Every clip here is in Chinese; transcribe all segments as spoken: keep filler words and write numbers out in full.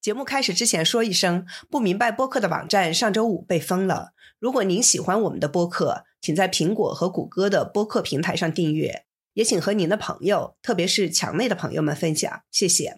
节目开始之前说一声，不明白播客的网站上周五被封了。如果您喜欢我们的播客，请在苹果和谷歌的播客平台上订阅，也请和您的朋友，特别是墙内的朋友们分享，谢谢。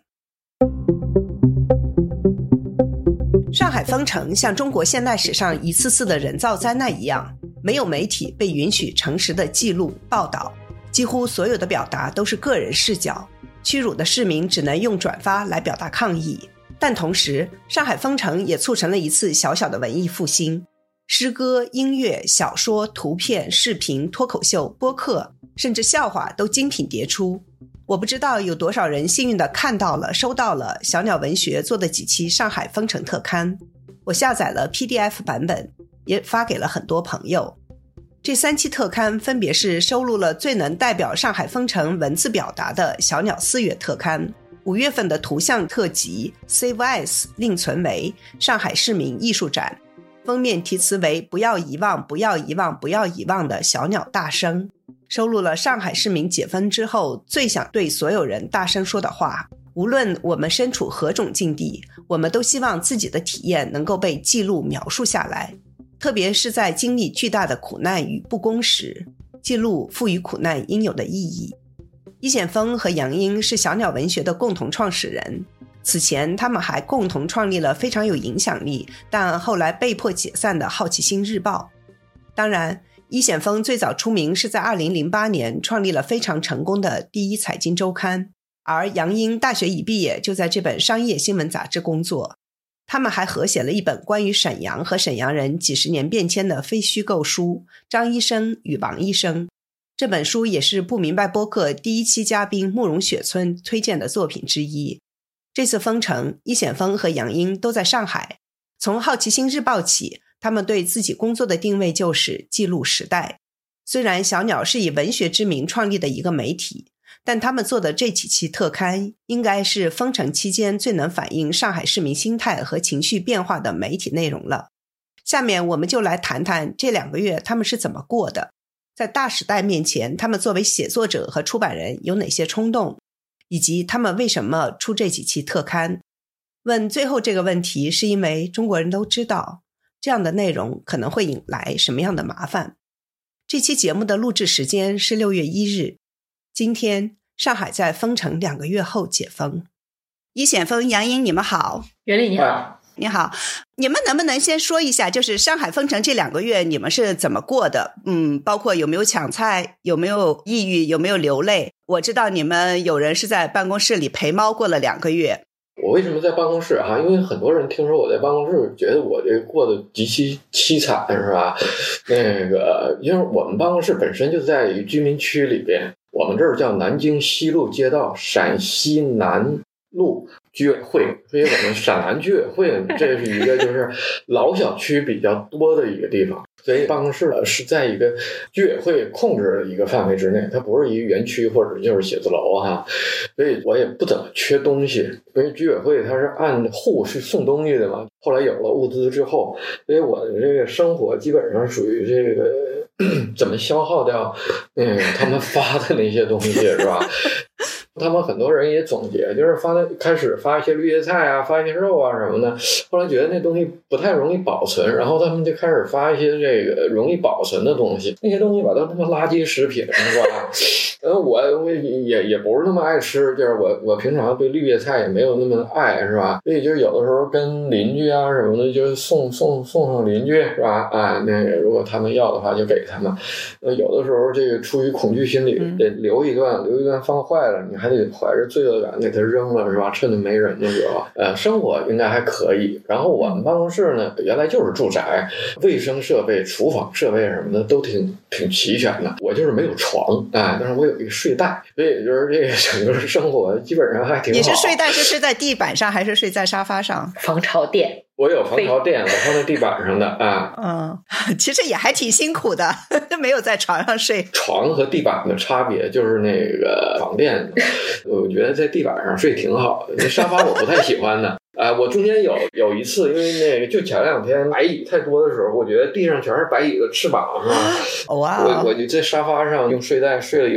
上海封城像中国现代史上一次次的人造灾难一样，没有媒体被允许诚实的记录报道，几乎所有的表达都是个人视角，屈辱的市民只能用转发来表达抗议。但同时，上海封城也促成了一次小小的文艺复兴，诗歌、音乐、小说、图片、视频、脱口秀、播客，甚至笑话都精品迭出。我不知道有多少人幸运地看到了、收到了小鸟文学做的几期上海封城特刊，我下载了 P D F 版本，也发给了很多朋友。这三期特刊分别是收录了最能代表上海封城文字表达的小鸟四月特刊，五月份的图像特辑 Save Us 另存为上海市民艺术展，封面题词为不要遗忘不要遗忘不要遗忘的小鸟大声，收录了上海市民解封之后最想对所有人大声说的话。无论我们身处何种境地，我们都希望自己的体验能够被记录描述下来，特别是在经历巨大的苦难与不公时，记录赋予苦难应有的意义。易显峰和杨英是小鸟文学的共同创始人，此前他们还共同创立了非常有影响力但后来被迫解散的好奇心日报。当然，易显峰最早出名是在二零零八年创立了非常成功的第一财经周刊，而杨英大学一毕业就在这本商业新闻杂志工作。他们还合写了一本关于沈阳和沈阳人几十年变迁的非虚构书《张医生与王医生》。这本书也是不明白播客第一期嘉宾慕容雪村推荐的作品之一。这次封城，易显峰和杨英都在上海。从好奇心日报起，他们对自己工作的定位就是记录时代。虽然小鸟是以文学之名创立的一个媒体，但他们做的这几期特刊应该是封城期间最能反映上海市民心态和情绪变化的媒体内容了。下面我们就来谈谈这两个月他们是怎么过的，在大时代面前，他们作为写作者和出版人有哪些冲动，以及他们为什么出这几期特刊。问最后这个问题，是因为中国人都知道，这样的内容可能会引来什么样的麻烦。这期节目的录制时间是六月一日，今天上海在封城两个月后解封。易显峰、杨英，你们好。 袁丽你好。 你好，你们能不能先说一下，就是上海封城这两个月你们是怎么过的？嗯，包括有没有抢菜，有没有抑郁，有没有流泪？我知道你们有人是在办公室里陪猫过了两个月。 我为什么在办公室哈？因为很多人听说我在办公室，觉得我这过得极其凄惨，是吧？那个，因为我们办公室本身就在于居民区里边，我们这儿叫南京西路街道陕西南路居委会，所以我们陕南居委会这是一个就是老小区比较多的一个地方，所以办公室呢是在一个居委会控制的一个范围之内，它不是一个园区或者就是写字楼哈，所以我也不怎么缺东西，所以居委会它是按户去送东西的嘛。后来有了物资之后，所以我的这个生活基本上属于这个怎么消耗掉嗯他们发的那些东西是吧？他们很多人也总结，就是发的开始发一些绿叶菜啊，发一些肉啊什么的，后来觉得那东西不太容易保存，然后他们就开始发一些这个容易保存的东西，那些东西吧都他妈垃圾食品是吧？然后我我也也不是那么爱吃，就是我我平常对绿叶菜也没有那么爱是吧？所以就是有的时候跟邻居啊什么的，就是送送送送邻居是吧？啊，那个如果他们要的话就给他们。呃，有的时候这个出于恐惧心理，得留一段，留一段放坏了，你还得怀着罪恶感给它扔了是吧？趁着没人的时候，呃，生活应该还可以。然后我们办公室呢，原来就是住宅，卫生设备、厨房设备什么的都挺挺齐全的。我就是没有床，哎，但是我有一个睡袋，所以就是这个整个生活基本上还挺好。 你是睡袋是睡在地板上还是睡在沙发上？ 防潮垫。 我有防潮垫，我放在地板上的啊。 嗯，其实也还挺辛苦的，没有在床上睡。 床和地板的差别就是那个床垫，我觉得在地板上睡挺好的。那沙发我不太喜欢的。啊、呃，我中间有有一次，因为那个就前两天白蚁太多的时候，我觉得地上全是白蚁的翅膀，是吧？ 哇！ 我我就在沙发上用睡袋睡了一晚上。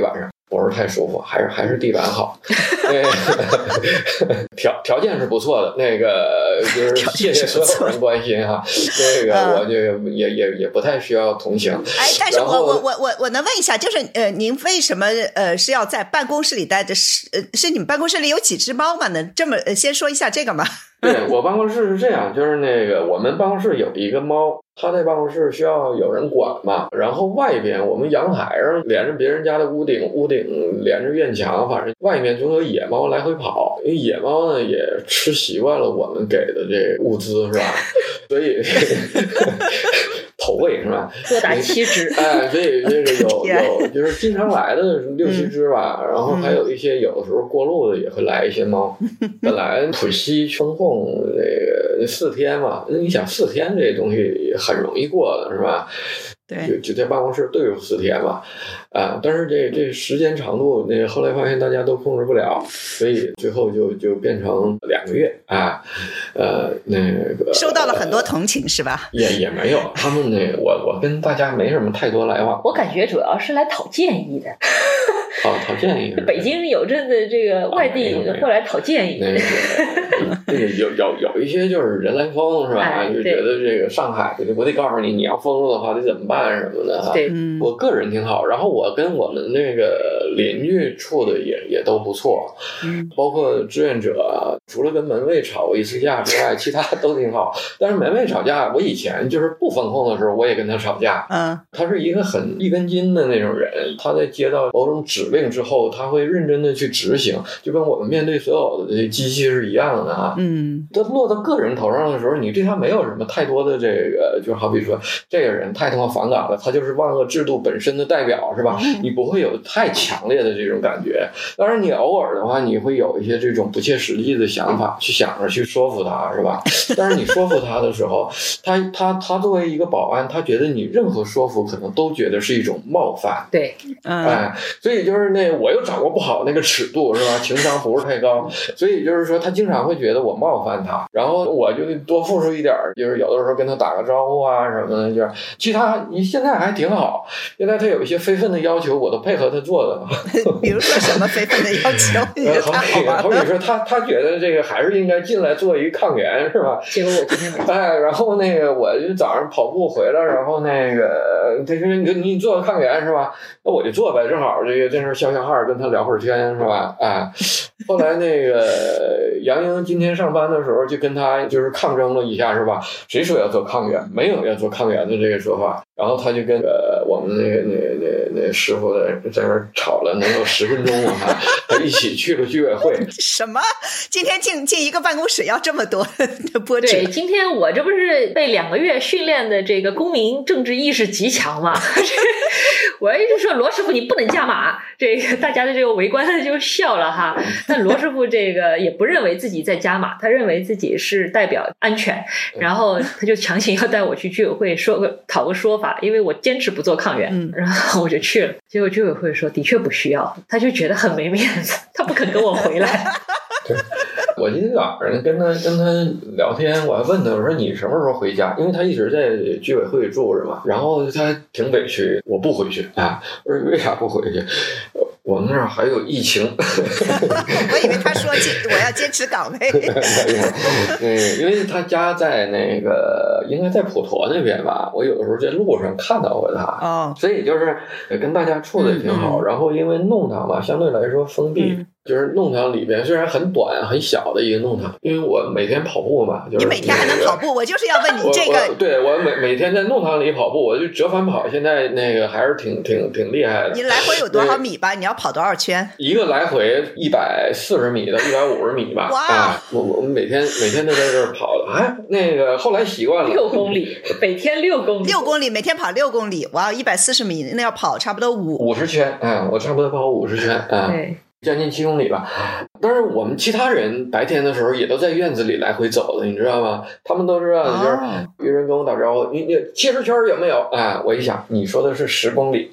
不是太舒服，还是还是地板好。那个条条件是不错的，那个就是谢谢所有人关心哈。那个我这个也也也不太需要同情。 哎，但是我我我我我能问一下，就是呃，您为什么呃是要在办公室里待着？是呃是你们办公室里有几只猫吗？能这么呃先说一下这个吗？ 对，我办公室是这样，就是那个我们办公室有一个猫，它在办公室需要有人管嘛，然后外边我们阳台上连着别人家的屋顶，屋顶连着院墙，反正外面总有野猫来回跑，因为野猫呢也吃习惯了我们给的这物资是吧，所以投喂是吧？ 多打七只， 哎，所以这个有有就是经常来的六七只吧，然后还有一些有的时候过路的也会来一些猫。本来浦西封控这个四天嘛，你想四天这东西很容易过的是吧？ 对， 就就在办公室对付四天嘛，啊，但是这这时间长度，那后来发现大家都控制不了，所以最后就就变成两个月啊，呃，那个收到了很多同情是吧？ 也也没有，他们那我我跟大家没什么太多来往， 我感觉主要是来讨建议的。 哦，讨建议。 北京有阵子这个外地过来讨建议， 那个这个有有有一些就是人来疯是吧？ 哎、 就觉得这个上海，我得告诉你，你要疯了的话得怎么办什么的哈。 对， 我个人挺好，然后我跟我们那个邻居处的也也都不错， 嗯， 包括志愿者，除了跟门卫吵过一次架之外，其他都挺好。但是门卫吵架，我以前就是不封控的时候，我也跟他吵架。 嗯， 他是一个很一根筋的那种人，他在接到某种指令之后，他会认真的去执行，就跟我们面对所有的这机器是一样的啊。 嗯， 他落到个人头上的时候，你对他没有什么太多的这个，就好比说这个人太他妈反感了，他就是万恶制度本身的代表，是吧？你不会有太强烈的这种感觉。当然，你偶尔的话，你会有一些这种不切实际的想法，去想着去说服他，是吧？但是你说服他的时候，他他他作为一个保安，他觉得你任何说服可能都觉得是一种冒犯。 对， 嗯， 哎，所以就是那我又掌握不好那个尺度，是吧？情商不是太高，所以就是说他经常会觉得我冒犯他，然后我就多付出一点，就是有的时候跟他打个招呼啊什么的，就是其他你现在还挺好，现在他有一些非分的要求，我都配合他做的。 比如说什么非分的要求？ 呃，好比好比说他他觉得这个还是应该进来做一个抗原，是吧？ 结果我今天没。 哎，然后那个我就早上跑步回来，然后那个他说你你做个抗原是吧？那我就做呗，正好这个在那消消汗，跟他聊会儿天是吧？哎，后来那个杨英今天上班的时候就跟他就是抗争了一下是吧？谁说要做抗原？没有要做抗原的这个说法。然后他就跟呃我们那个那那那师傅在在那吵了能有十分钟啊，他一起去了居委会。 什么？今天进进一个办公室要这么多的波折？ 对，今天我这不是被两个月训练的这个公民政治意识极强嘛？我一直说罗师傅你不能加码，这个大家的这个围观就笑了哈。但罗师傅这个也不认为自己在加码，他认为自己是代表安全，然后他就强行要带我去居委会说个讨个说法，因为我坚持不做抗原， 嗯， 然后我就去了。结果居委会说的确不需要，他就觉得很没面子，他不肯跟我回来。 对，我今天早上跟他跟他聊天，我还问他，我说你什么时候回家？因为他一直在居委会住着嘛，然后他挺委屈，我不回去啊。我说为啥不回去？我们那儿还有疫情。 我以为他说我要坚持岗位。 对，因为他家在那个应该在普陀那边吧，我有的时候在路上看到过他，哦，所以就是跟大家处的也挺好。嗯嗯，然后因为弄堂嘛，相对来说封闭。嗯，就是弄堂里边虽然很短很小的一个弄堂，因为我每天跑步嘛，就是、那个、 你每天还能跑步，我就是要问你这个。 我我对我每每天在弄堂里跑步，我就折返跑，现在那个还是挺挺挺厉害的。 你来回有多少米吧？你要跑多少圈？ 一个来回一百四十米到一百五十米吧。哇！啊、我我们每天每天都在这儿跑的，哎，那个后来习惯了。 六公里，每天六公里， 六公里，每天跑六公里，哇，一百四十米，那要跑差不多五五十圈，哎，我差不多跑五十圈，啊。 对。 将近七公里吧，但是我们其他人白天的时候也都在院子里来回走的，你知道吗？他们都知道，就是有人跟我打招呼，你你七十圈有没有？哎，我一想，你说的是十公里。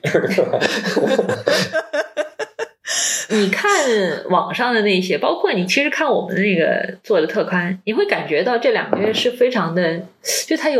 你看网上的那些，包括你其实看我们那个做的特刊，你会感觉到这两个月是非常的，就它有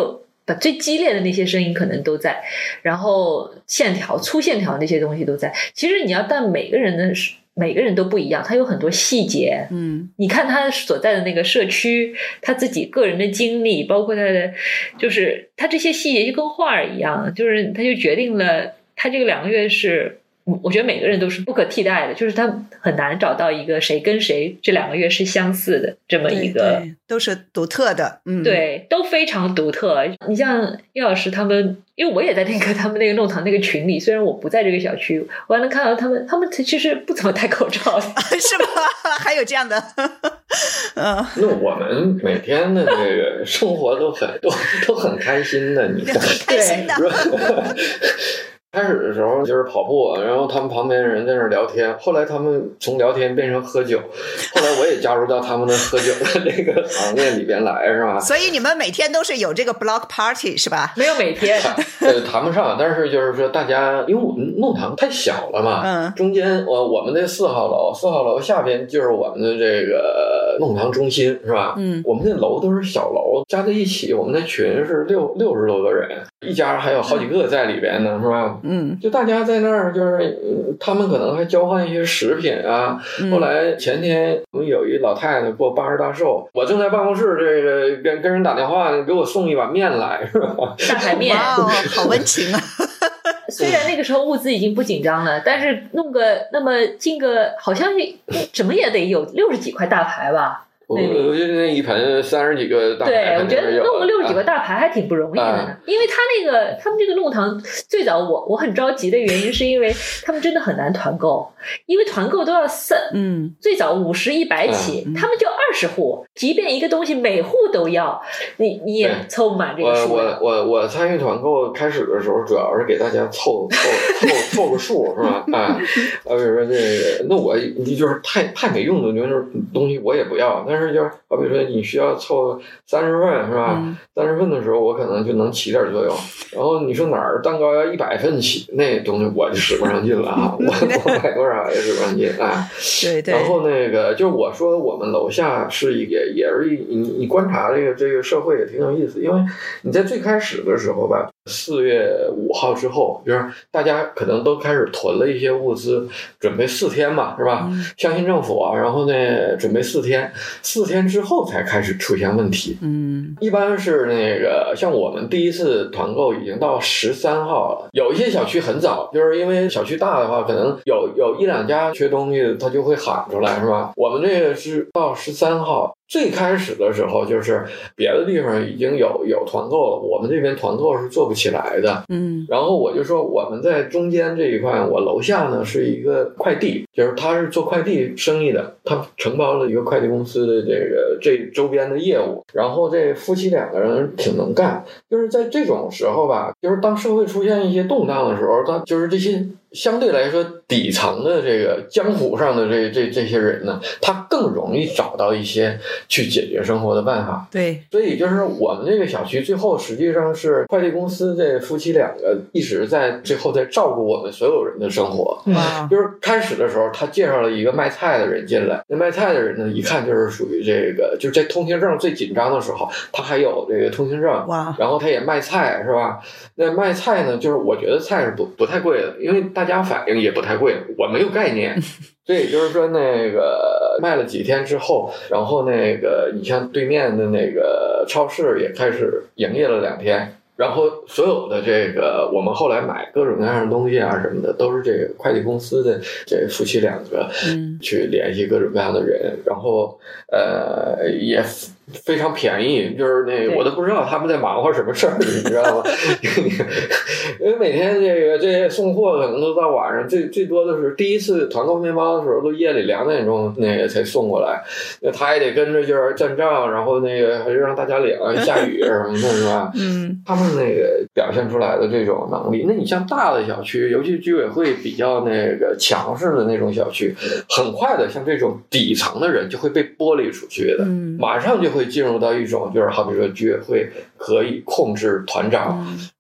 把最激烈的那些声音可能都在，然后线条粗线条那些东西都在。其实你要但每个人的每个人都不一样，他有很多细节， 嗯， 你看他所在的那个社区，他自己个人的经历，包括他的就是他这些细节就跟画儿一样，就是他就决定了他这个两个月是。我觉得每个人都是不可替代的，就是他很难找到一个谁跟谁这两个月是相似的这么一个， 对对都是独特的，嗯， 对，都非常独特。你像叶老师他们，因为我也在那个他们那个弄堂那个群里，虽然我不在这个小区，我还能看到他们，他们其实不怎么戴口罩的， 是吗？还有这样的，嗯， 那我们每天的这个生活都很都都很开心的，你看， 开心的。 开始的时候就是跑步，然后他们旁边人在那聊天，后来他们从聊天变成喝酒，后来我也加入到他们的喝酒的这个行业里边来，是吧？ 所以你们每天都是有这个 block party 是吧？ 没有每天， 呃，谈不上，但是就是说大家，因为我们弄堂太小了嘛， 嗯， 中间我我们那四号楼，四号楼下边就是我们的这个弄堂中心，是吧？ 嗯， 我们那楼都是小楼，加在一起，我们那群是六六十多个人，一家还有好几个在里边呢，是吧？ 嗯， 就大家在那儿，就是、呃、他们可能还交换一些食品啊。嗯、后来前天我们有一老太太过八十大寿，我正在办公室这个跟跟人打电话，给我送一碗面来，是吧？ 大排面， 哇哦，好温情啊！ 虽然那个时候物资已经不紧张了，但是弄个那么进个，好像怎么也得有六十几块大排吧。 我我觉得那一盆三十几个大排， 对，我觉得弄个六十几个大排还挺不容易的呢。啊、因为他那个他们这个弄堂最早我我很着急的原因是因为他们真的很难团购，因为团购都要三嗯，最早五十一百起，嗯、他们就二十户，即便一个东西每户都要，你你也凑不满这个数。 我我我我参与团购开始的时候，主要是给大家凑凑凑凑个数，是吧？啊，呃，比如说这个，那我你就是太太没用的就是东西我也不要，但是就是好比说你需要凑三十份，是吧？三十、嗯、份的时候，我可能就能起点作用。然后你说哪儿蛋糕要一百份起，那东西我就使不上劲了啊！我我买多少也使不上劲啊！ 对对。 然后那个就是我说我们楼下是一个，也是一你你观察这个这个社会也挺有意思，因为你在最开始的时候吧，四月五号之后，就是大家可能都开始囤了一些物资，准备四天嘛，是吧？嗯、相信政府啊，然后呢准备四天，四天之后才开始出现问题。嗯，一般是那个像我们第一次团购已经到十三号了，有一些小区很早，就是因为小区大的话，可能有有一两家缺东西，他就会喊出来，是吧？我们这个是到十三号。最开始的时候，就是别的地方已经有有团购了，我们这边团购是做不起来的。嗯，然后我就说我们在中间这一块，我楼下呢是一个快递，就是他是做快递生意的，他承包了一个快递公司的这个这周边的业务。然后这夫妻两个人挺能干，就是在这种时候吧，就是当社会出现一些动荡的时候，他就是这些。相对来说，底层的这个江湖上的这这这些人呢，他更容易找到一些去解决生活的办法。 对， 所以就是我们这个小区最后实际上是快递公司这夫妻两个一直在最后在照顾我们所有人的生活。哇！就是开始的时候，他介绍了一个卖菜的人进来，那卖菜的人呢，一看就是属于这个，就是在通行证最紧张的时候，他还有这个通行证。哇！然后他也卖菜，是吧？那卖菜呢，就是我觉得菜是不不太贵的，因为大家反应也不太贵，我没有概念，所以就是说那个卖了几天之后，然后那个你像对面的那个超市也开始营业了两天，然后所有的这个我们后来买各种各样的东西啊什么的，都是这个快递公司的这夫妻两个去联系各种各样的人，然后呃也非常便宜，就是那个我都不知道他们在忙活什么事儿，你知道吗？因为每天这个这些送货可能都到晚上，最最多的是第一次团购面包的时候，都夜里两点钟那个才送过来，那他也得跟着就是站账，然后那个还是让大家领，下雨什么的，是吧？嗯，他们那个表现出来的这种能力，那你像大的小区，尤其居委会比较那个强势的那种小区，很快的像这种底层的人就会被剥离出去的，嗯、马上就会进入到一种就是好比说居委会可以控制团长，嗯、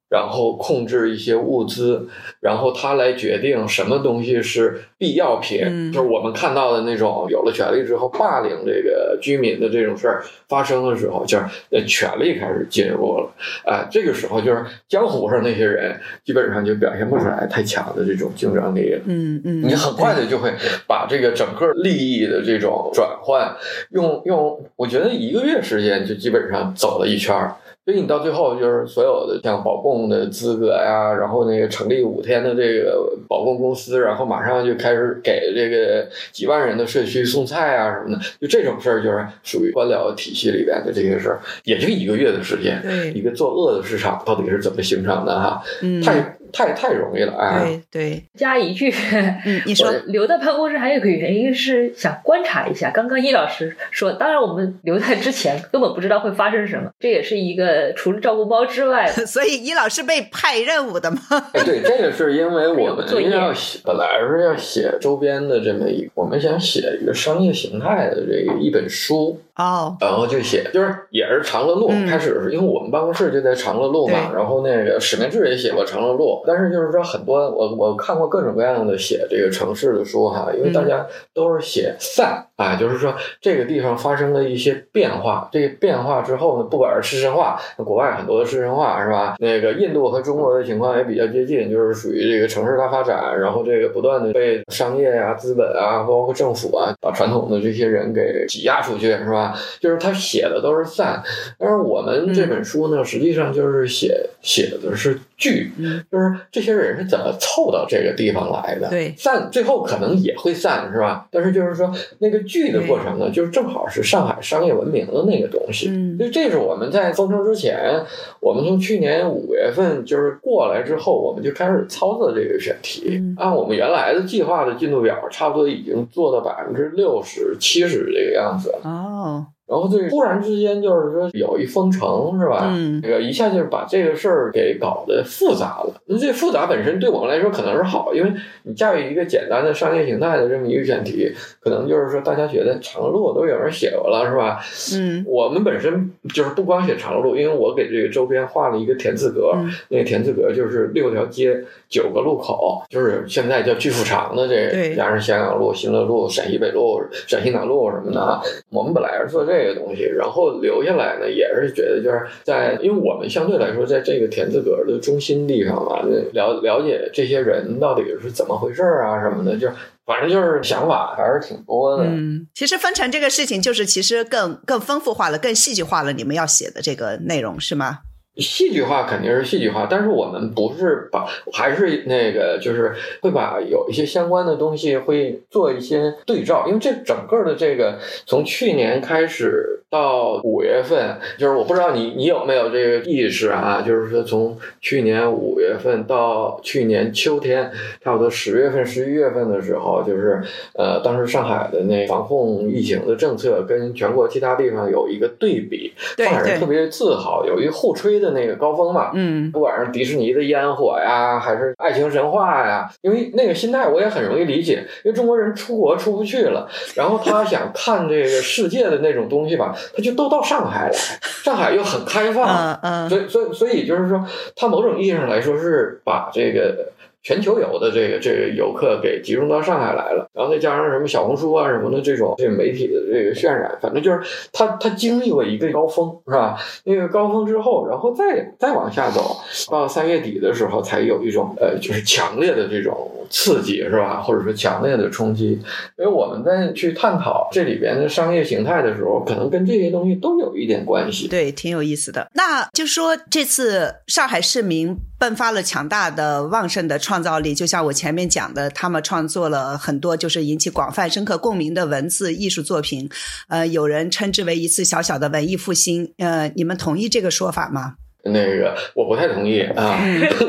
然后控制一些物资，然后他来决定什么东西是必要品， 嗯、 就是我们看到的那种有了权力之后霸凌这个居民的这种事儿发生的时候，就是权力开始进入了，啊、呃，这个时候就是江湖上那些人基本上就表现不出来太强的这种竞争力了， 嗯嗯， 你很快的就会把这个整个利益的这种转换，用用，我觉得一个月时间就基本上走了一圈儿。所以你到最后就是所有的像保供的资格呀，然后那个成立五天的这个保供公司，然后马上就开始给这个几万人的社区送菜啊什么的，就这种事儿就是属于官僚体系里边的这些事儿，也就一个月的时间。 对， 一个作恶的市场到底是怎么形成的哈？嗯，太太太容易了哎。 对对， 加一句， 嗯，你说留在办公室还有一个原因是想观察一下。刚刚易老师说，当然我们留在之前根本不知道会发生什么，这也是一个。除了照顾猫之外， 所以易老师被派任务的吗？ 哎，对，这个是因为我们要写，本来是要写周边的这么一，我们想写一个商业形态的这个一本书哦， 然后就写，就是也是长乐路、嗯、开始是因为我们办公室就在长乐路嘛，然后那个史明志也写过长乐路，但是就是说很多我我看过各种各样的写这个城市的书哈，因为大家都是写散啊、嗯哎，就是说这个地方发生了一些变化，这个变化之后呢，不管是市镇化。国外很多的市镇化是吧？那个印度和中国的情况也比较接近，就是属于这个城市大发展，然后这个不断的被商业啊、资本啊，包括政府啊，把传统的这些人给挤压出去，是吧？就是他写的都是散，但是我们这本书呢，实际上就是写写的是聚，就是这些人是怎么凑到这个地方来的。 对， 散最后可能也会散，是吧？但是就是说那个聚的过程呢，就是正好是上海商业文明的那个东西。嗯，就这是我们在封城之前，我们从去年五月份就是过来之后，我们就开始操作这个选题。嗯、按我们原来的计划的进度表，差不多已经做到百分之六十、七十这个样子了。 哦。 然后这个突然之间就是说有一封城是吧？嗯，这个一下就是把这个事儿给搞得复杂了。那这复杂本身对我们来说可能是好，因为你驾驭一个简单的商业形态的这么一个选题，可能就是说大家觉得长乐路都有人写过了是吧？嗯，我们本身就是不光写长乐路，因为我给这个周边画了一个田字格，嗯、那个田字格就是六条街九个路口，就是现在叫巨富长的这个，加上香港路、新乐路、陕西北路、陕西南路什么的啊。我们本来是做这个这个东西，然后留下来呢，也是觉得就是在，因为我们相对来说在这个田字格的中心地方嘛，了了解这些人到底是怎么回事啊什么的，就反正就是想法还是挺多的。 嗯，其实分成这个事情，就是其实更更丰富化了，更戏剧化了。你们要写的这个内容是吗？ 戏剧化肯定是戏剧化，但是我们不是把，还是那个就是会把有一些相关的东西会做一些对照，因为这整个的这个从去年开始到五月份，就是我不知道你你有没有这个意识啊，就是说从去年五月份到去年秋天，差不多十月份十一月份的时候，就是呃当时上海的那防控疫情的政策跟全国其他地方有一个对比，上海人特别自豪，有一个互吹的的那个高峰嘛，嗯，不管是迪士尼的烟火呀，还是爱情神话呀，因为那个心态我也很容易理解，因为中国人出国出不去了，然后他想看这个世界的那种东西吧，他就都到上海来，上海又很开放，嗯嗯，所以所以所以就是说，他某种意义上来说是把这个全球游的这个这个游客给集中到上海来了，然后再加上什么小红书啊什么的这种这个媒体的这个渲染，反正就是他他经历过一个高峰是吧？那个高峰之后，然后再再往下走，到三月底的时候才有一种呃就是强烈的这种刺激是吧？或者说强烈的冲击。因为我们在去探讨这里边的商业形态的时候，可能跟这些东西都有一点关系。 对，挺有意思的。那就说这次上海市民迸发了强大的旺盛的创造力，就像我前面讲的，他们创作了很多就是引起广泛深刻共鸣的文字艺术作品，呃，有人称之为一次小小的文艺复兴，呃，你们同意这个说法吗？ 那个我不太同意啊，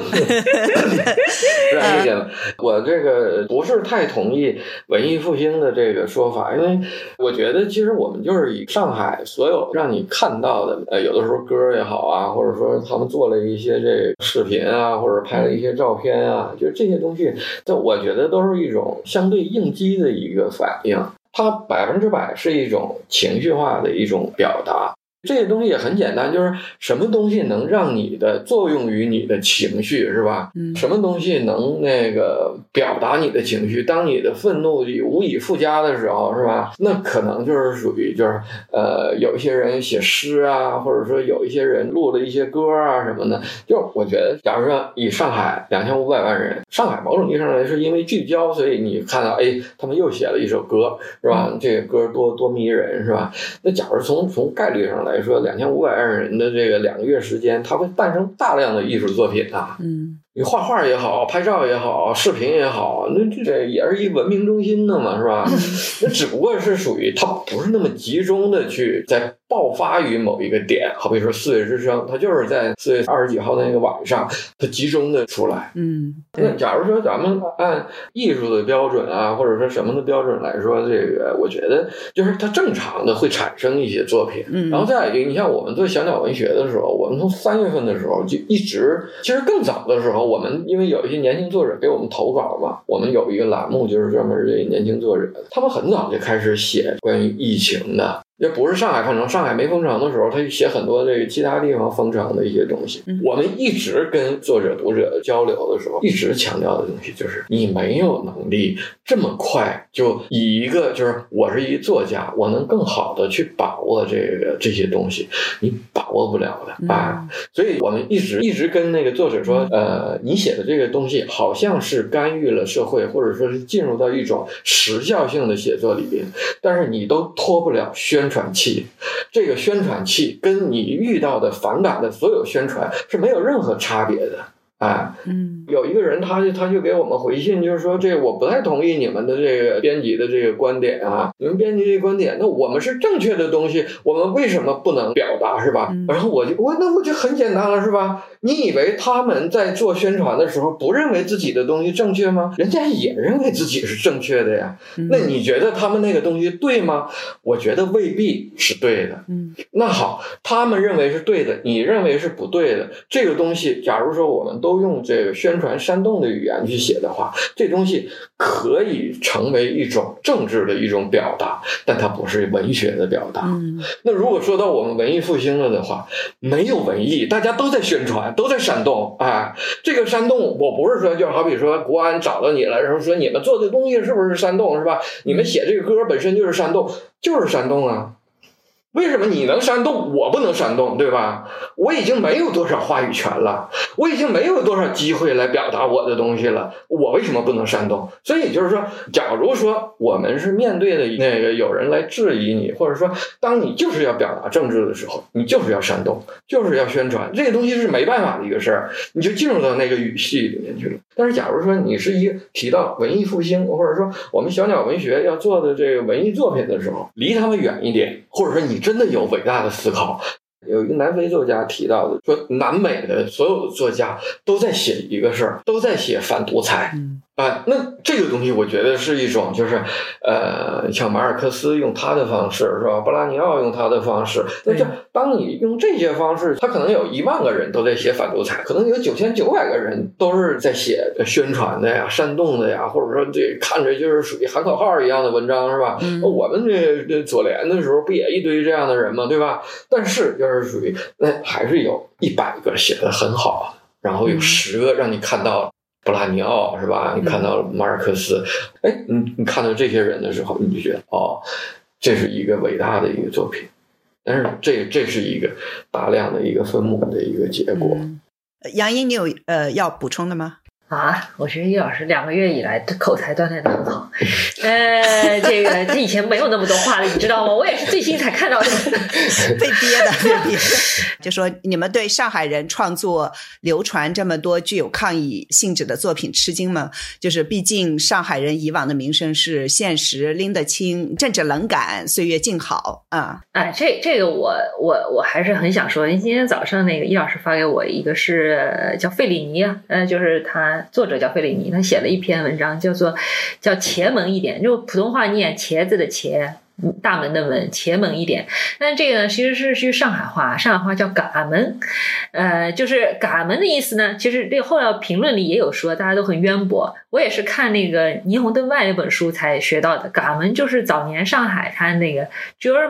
是这个，我这个不是太同意文艺复兴的这个说法，因为我觉得其实我们就是以上海所有让你看到的，呃，有的时候歌也好啊，或者说他们做了一些这个视频啊，或者拍了一些照片啊，就这些东西，这我觉得都是一种相对应激的一个反应，它百分之百是一种情绪化的一种表达。 这些东西也很简单，就是什么东西能让你的作用于你的情绪，是吧？嗯，什么东西能那个表达你的情绪？当你的愤怒无以复加的时候，是吧？那可能就是属于就是呃，有一些人写诗啊，或者说有一些人录了一些歌啊什么的。就我觉得，假如说以上海两千五百万人，上海某种意义上来说，因为聚焦，所以你看到，哎，他们又写了一首歌，是吧？嗯、这个歌多多迷人，是吧？那假如从从概率上来说，两千五百万人的这个两个月时间，它会诞生大量的艺术作品啊。嗯，你画画也好，拍照也好，视频也好，那这也是一文明中心的嘛，是吧？那只不过是属于它不是那么集中的去在爆发于某一个点，好比说四月之声，它就是在四月二十几号的那个晚上，它集中的出来。嗯，那假如说咱们按艺术的标准啊，或者说什么的标准来说，这个我觉得就是它正常的会产生一些作品。嗯，然后再一个，你像我们做小鸟文学的时候，我们从三月份的时候就一直，其实更早的时候，我们因为有一些年轻作者给我们投稿嘛，我们有一个栏目就是专门这年轻作者，他们很早就开始写关于疫情的。也不是上海封城，上海没封城的时候，他写很多这个其他地方封城的一些东西。嗯、我们一直跟作者读者交流的时候，一直强调的东西就是，你没有能力这么快就以一个就是我是一作家，我能更好的去把握这个这些东西，你把握不了的啊。嗯、所以我们一直一直跟那个作者说，呃，你写的这个东西好像是干预了社会，或者说是进入到一种时效性的写作里边，但是你都脱不了宣。宣传器，这个宣传器跟你遇到的反感的所有宣传是没有任何差别的。哎，嗯，有一个人他就他就给我们回信，就是说这个我不太同意你们的这个编辑的这个观点啊，你们编辑这个观点，那我们是正确的东西，我们为什么不能表达，是吧？嗯、然后我就我那我就很简单了，是吧？你以为他们在做宣传的时候不认为自己的东西正确吗？人家也认为自己是正确的呀。嗯、那你觉得他们那个东西对吗？我觉得未必是对的。嗯，那好，他们认为是对的，你认为是不对的，这个东西，假如说我们都用这个宣传煽动的语言去写的话，这东西可以成为一种政治的一种表达，但它不是文学的表达。嗯、那如果说到我们文艺复兴了的话，没有文艺，大家都在宣传，都在煽动。哎，这个煽动，我不是说就好比说国安找到你了，然后说你们做的东西是不是煽动，是吧？你们写这个歌本身就是煽动，就是煽动啊。为什么你能煽动，我不能煽动，对吧？我已经没有多少话语权了，我已经没有多少机会来表达我的东西了，我为什么不能煽动？所以就是说，假如说我们是面对的那个有人来质疑你，或者说当你就是要表达政治的时候，你就是要煽动，就是要宣传，这个东西是没办法的一个事儿，你就进入到那个语系里面去了。但是假如说你是一个提到文艺复兴，或者说我们小鸟文学要做的这个文艺作品的时候，离他们远一点，或者说你真的有伟大的思考。有一个南非作家提到的，说南美的所有的作家都在写一个事儿，都在写反独裁。嗯啊，那这个东西我觉得是一种，就是呃，像马尔克斯用他的方式，是吧？波拉尼奥用他的方式，那就当你用这些方式，他可能有一万个人都在写反独裁，可能有九千九百个人都是在写宣传的呀、煽动的呀，或者说这看着就是属于喊口号一样的文章，是吧？嗯、我们这这左联的时候不也一堆这样的人吗？对吧？但是要是属于那还是有一百个写的很好，然后有十个让你看到了。布拉尼奥是吧？你看到马尔克斯，哎，你你看到这些人的时候，你就觉得哦，这是一个伟大的一个作品。但是这这是一个大量的一个分母的一个结果。 嗯、杨英，你有呃要补充的吗？ 啊，我觉得叶老师两个月以来口才锻炼的很好，呃，这个这以前没有那么多话了，你知道吗？我也是最近才看到的， 被憋的，被憋的。就说你们对上海人创作流传这么多具有抗议性质的作品吃惊吗？就是毕竟上海人以往的名声是现实拎得清，政治冷感，岁月静好啊。 哎，这这个我我我还是很想说，今天早上那个叶老师发给我一个是叫费里尼啊，呃，就是他。作者叫费里尼，他写了一篇文章，叫做叫茄门一点，就普通话念茄子的茄，大门的门，茄门一点。但这个呢，其实是是上海话，上海话叫嘎门，呃，就是嘎门的意思呢。其实这个后来评论里也有说，大家都很渊博。我也是看那个《霓虹灯外》那本书才学到的，嘎门就是早年上海它那个 German。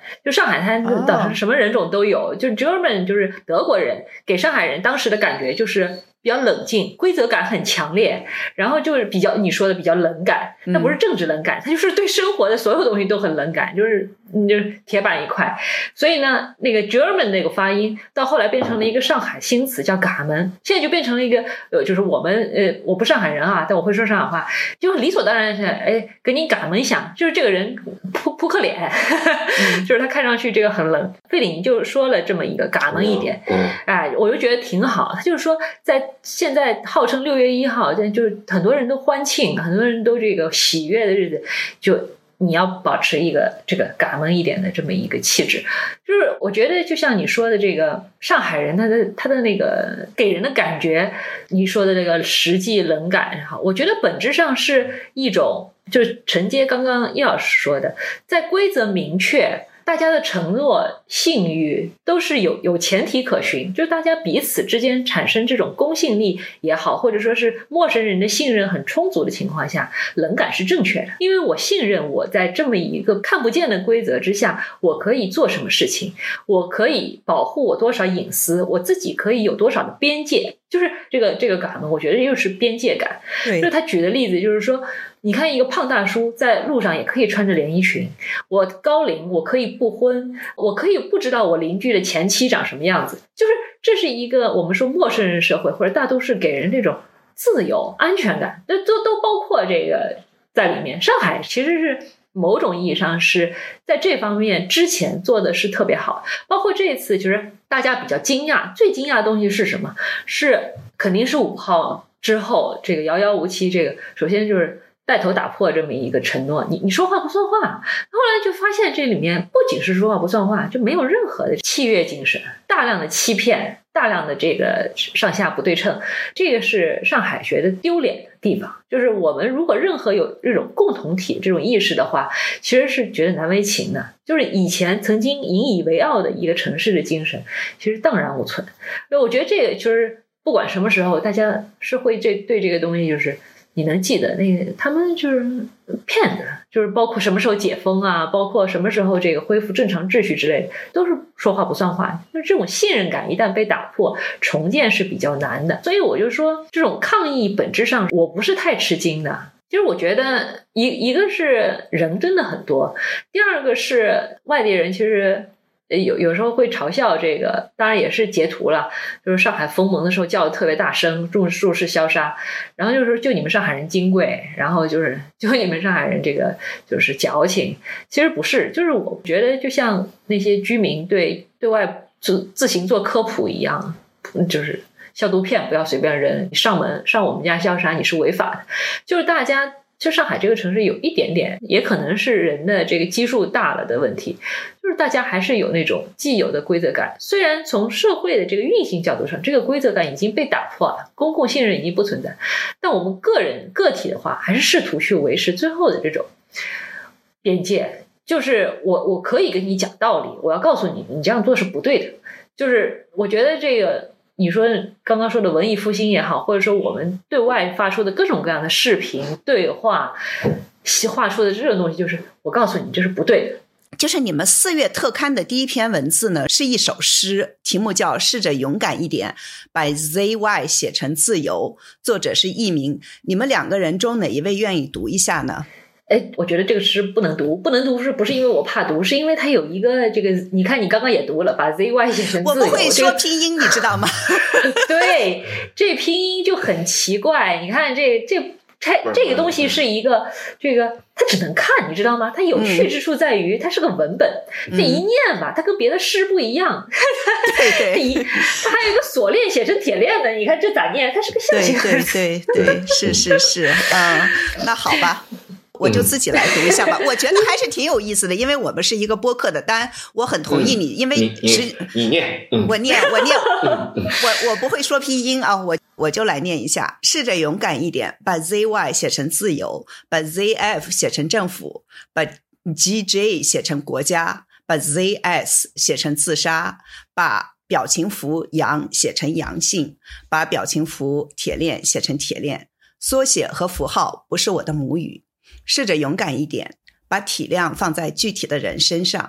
就上海滩等于什么人种都有，就是 German 就是德国人，给上海人当时的感觉就是比较冷静，规则感很强烈，然后就是比较你说的比较冷感，那不是政治冷感，他就是对生活的所有东西都很冷感，就是就是铁板一块。所以呢，那个 German 那个发音到后来变成了一个上海新词，叫嘎门，现在就变成了一个呃，就是我们呃，我不上海人啊，但我会说上海话，就理所当然是哎，给你嘎门响，就是这个人扑扑克脸，就是他看上去这个很冷。费里尼就说了这么一个嘎门一点，哎，我就觉得挺好。他就是说，在现在号称六月一号，就是很多人都欢庆，很多人都这个喜悦的日子，就你要保持一个这个嘎门一点的这么一个气质。就是我觉得就像你说的这个上海人他的他的那个给人的感觉，你说的这个实际冷感，我觉得本质上是一种就是承接刚刚叶老师说的，在规则明确，大家的承诺信誉都是有有前提可循，就是大家彼此之间产生这种公信力也好，或者说是陌生人的信任很充足的情况下，冷感是正确的。因为我信任我在这么一个看不见的规则之下，我可以做什么事情，我可以保护我多少隐私，我自己可以有多少的边界，就是这个这个感呢，我觉得又是边界感。对，就是他举的例子就是说，你看一个胖大叔在路上也可以穿着连衣裙，我高龄我可以不婚，我可以不知道我邻居的前妻长什么样子，就是这是一个我们说陌生人社会或者大都市给人这种自由安全感，都都都包括这个在里面。上海其实是某种意义上是在这方面之前做的是特别好，包括这次就是大家比较惊讶，最惊讶的东西是什么？是肯定是五号之后这个遥遥无期，这个首先就是带头打破这么一个承诺，你你说话不算话。后来就发现这里面不仅是说话不算话，就没有任何的契约精神，大量的欺骗，大量的这个上下不对称，这个是上海觉得丢脸的地方。就是我们如果任何有这种共同体这种意识的话，其实是觉得难为情的。就是以前曾经引以为傲的一个城市的精神，其实荡然无存。所以我觉得这个就是不管什么时候，大家是会这对这个东西就是你能记得那个他们就是骗子，就是包括什么时候解封啊，包括什么时候这个恢复正常秩序之类的，都是说话不算话。就是这种信任感一旦被打破，重建是比较难的。所以我就说这种抗议本质上我不是太吃惊的。其实我觉得一一个是人真的很多，第二个是外地人其实有有时候会嘲笑这个，当然也是截图了，就是上海封门的时候叫的特别大声，注注视消杀，然后就是就你们上海人金贵，然后就是就你们上海人这个就是矫情。其实不是，就是我觉得就像那些居民对对外自自行做科普一样，就是消毒片不要随便扔，你上门上我们家消杀你是违法的。就是大家就上海这个城市有一点点，也可能是人的这个基数大了的问题，就是大家还是有那种既有的规则感。虽然从社会的这个运行角度上，这个规则感已经被打破了，公共信任已经不存在，但我们个人个体的话，还是试图去维持最后的这种边界。就是我我可以跟你讲道理，我要告诉你，你这样做是不对的。就是我觉得这个。你说刚刚说的文艺复兴也好，或者说我们对外发出的各种各样的视频对话画出的这种东西，就是我告诉你这是不对的。 就是你们四月特刊的第一篇文字呢，是一首诗，题目叫试着勇敢一点，把 Z Y 写成自由，作者是佚名。你们两个人中哪一位愿意读一下呢？ 哎，我觉得这个诗不能读，不能读是不是因为我怕读，是因为它有一个这个，你看你刚刚也读了，把 Z Y 写成自由， 我不会说拼音，你知道吗？ 对，这拼音就很奇怪。你看这这这这个东西是一个这个，它只能看，你知道吗？它有趣之处在于它是个文本，这、嗯、一念吧，它跟别的诗不一样。 对对， 它还有一个锁链写成铁链的，你看这咋念？它是个象形。 对对对对，是是是，嗯，那好吧。我就自己来读一下吧，我觉得还是挺有意思的，因为我们是一个播客的单，我很同意你，因为是你念， 我念我念，我我不会说拼音啊，我我就来念一下，试着勇敢一点，把 Z Y 写成自由，把 Z F 写成政府，把 G J 写成国家，把 Z S 写成自杀，把表情符阳写成阳性，把表情符铁链写成铁链，缩写和符号不是我的母语。试着勇敢一点，把体谅放在具体的人身上，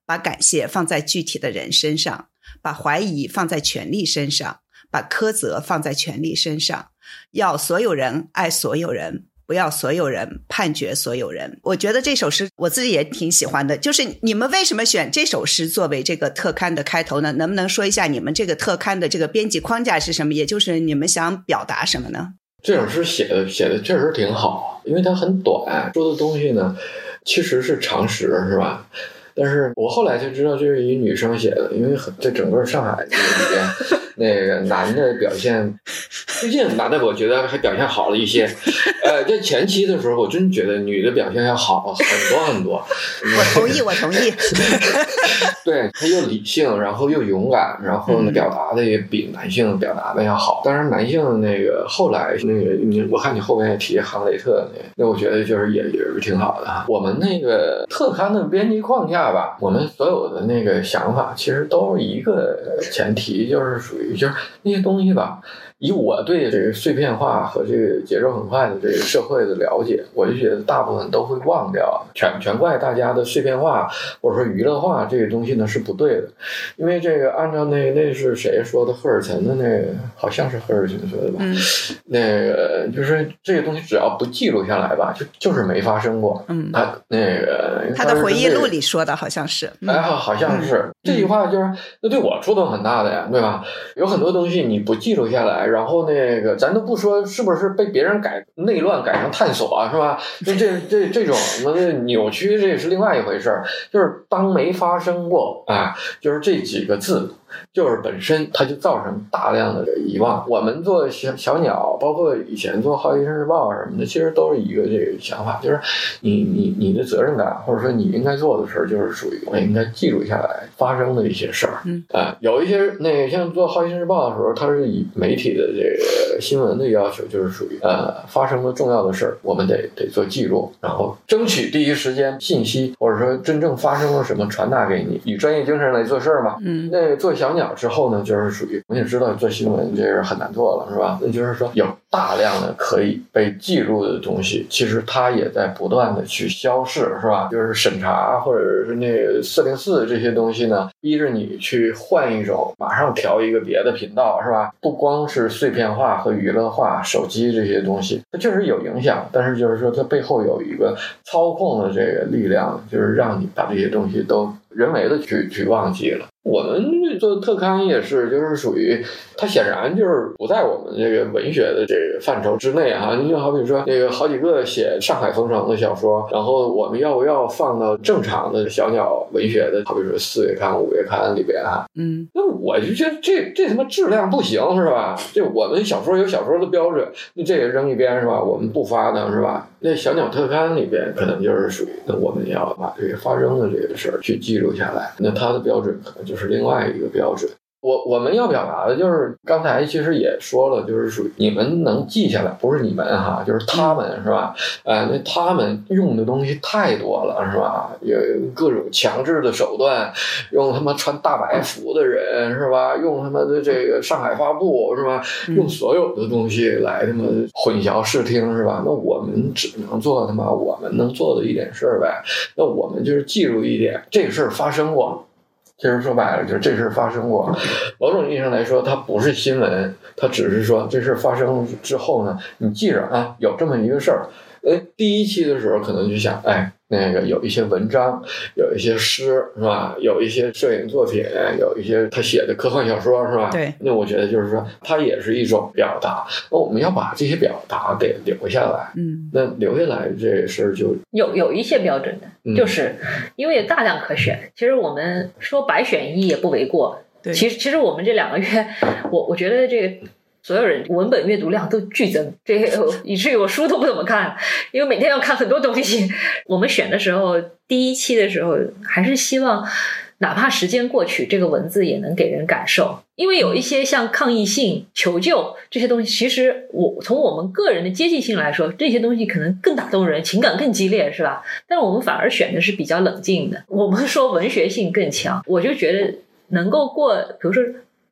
把感谢放在具体的人身上，把怀疑放在权力身上，把苛责放在权力身上，要所有人爱所有人，不要所有人判决所有人。我觉得这首诗我自己也挺喜欢的，就是你们为什么选这首诗作为这个特刊的开头呢？能不能说一下你们这个特刊的这个编辑框架是什么，也就是你们想表达什么呢？ 这首诗写的写的确实挺好，因为它很短，说的东西呢其实是常识，是吧？但是我后来才知道这是一女生写的，因为在整个上海这个里边那个男的表现，最近男的我觉得还表现好了一些，呃，在前期的时候我真觉得女的表现要好很多很多。 我同意，我同意。 对，她又理性，然后又勇敢，然后呢表达的也比男性表达的要好。当然男性的那个后来那个你我看你后面也提哈雷特那个，那我觉得就是也也是挺好的哈。我们那个特刊的编辑框架吧，我们所有的那个想法其实都是一个前提，就是属于就是那些东西吧，以我对这个碎片化和这个节奏很快的这个社会的了解，我就觉得大部分都会忘掉，全全怪大家的碎片化或者说娱乐化这个东西呢是不对的。因为这个按照那那是谁说的，赫尔岑的那个好像是赫尔岑说的吧、嗯、那个就是这个东西只要不记录下来吧，就就是没发生过。嗯，他那个他的回忆录里说的好像是， 哎，好像是、嗯、这句话就是那对我触动很大的呀，对吧？有很多东西你不记录下来，然后那个咱都不说是不是被别人改内乱改成探索啊，是吧？这这这这种什么扭曲，这也是另外一回事儿。就是当没发生过啊，就是这几个字，就是本身它就造成大量的遗忘。我们做小小鸟，包括以前做《好奇心日报》什么的，其实都是一个这个想法，就是你你你的责任感，或者说你应该做的事儿，就是属于我应该记录下来发生的一些事儿。嗯啊，有一些那个像做《好奇心日报》的时候，它是以媒体的这个新闻的要求，就是属于呃发生的重要的事儿，我们得得做记录，然后争取第一时间信息，或者说真正发生了什么传达给你，以专业精神来做事儿嘛。嗯，那做小鸟之后呢，就是属于我们也知道做新闻这是很难做了，是吧？那就是说有大量的可以被记录的东西，其实它也在不断的去消逝，是吧？就是审查或者是那个四零四这些东西呢，逼着你去换一种，马上调一个别的频道，是吧？不光是碎片化和娱乐化，手机这些东西它确实有影响，但是就是说它背后有一个操控的这个力量，就是让你把这些东西都人为的去去忘记了。我们做特刊也是，就是属于它显然就是不在我们这个文学的这个范畴之内哈。你就好比说那个好几个写上海封城的小说，然后我们要不要放到正常的小鸟文学的，好比说四月刊、五月刊里边哈？嗯，那我就觉得这这他妈质量不行是吧？这我们小说有小说的标准，那这个扔一边是吧？我们不发的是吧？那小鸟特刊里边可能就是属于，那我们要把这个发生的这个事儿去记录下来，那它的标准可能就是另外一个标准。我我们要表达的就是刚才其实也说了，就是属于你们能记下来，不是你们哈，就是他们是吧？呃，那他们用的东西太多了是吧？有各种强制的手段，用他妈穿大白服的人是吧？用他妈的这个上海发布是吧？用所有的东西来他妈混淆视听是吧？那我们只能做他妈我们能做的一点事儿呗。那我们就是记录一点这个事儿发生过。其实说白了，就是这事发生过。某种意义上来说，它不是新闻，它只是说这事发生之后呢，你记着啊，有这么一个事儿。呃，第一期的时候可能就想，哎，那个有一些文章，有一些诗，是吧？有一些摄影作品，有一些他写的科幻小说，是吧？对。那我觉得就是说，它也是一种表达。那我们要把这些表达得留下来。嗯。那留下来这事儿就有有一些标准的，嗯、就是因为有大量可选。其实我们说百选一也不为过。对。其实其实我们这两个月，我我觉得这个。所有人文本阅读量都剧增，这以至于我书都不怎么看，因为每天要看很多东西。我们选的时候，第一期的时候，还是希望哪怕时间过去，这个文字也能给人感受。因为有一些像抗议性、求救这些东西，其实我从我们个人的接近性来说，这些东西可能更打动人，情感更激烈，是吧？但我们反而选的是比较冷静的。我们说文学性更强，我就觉得能够过，比如说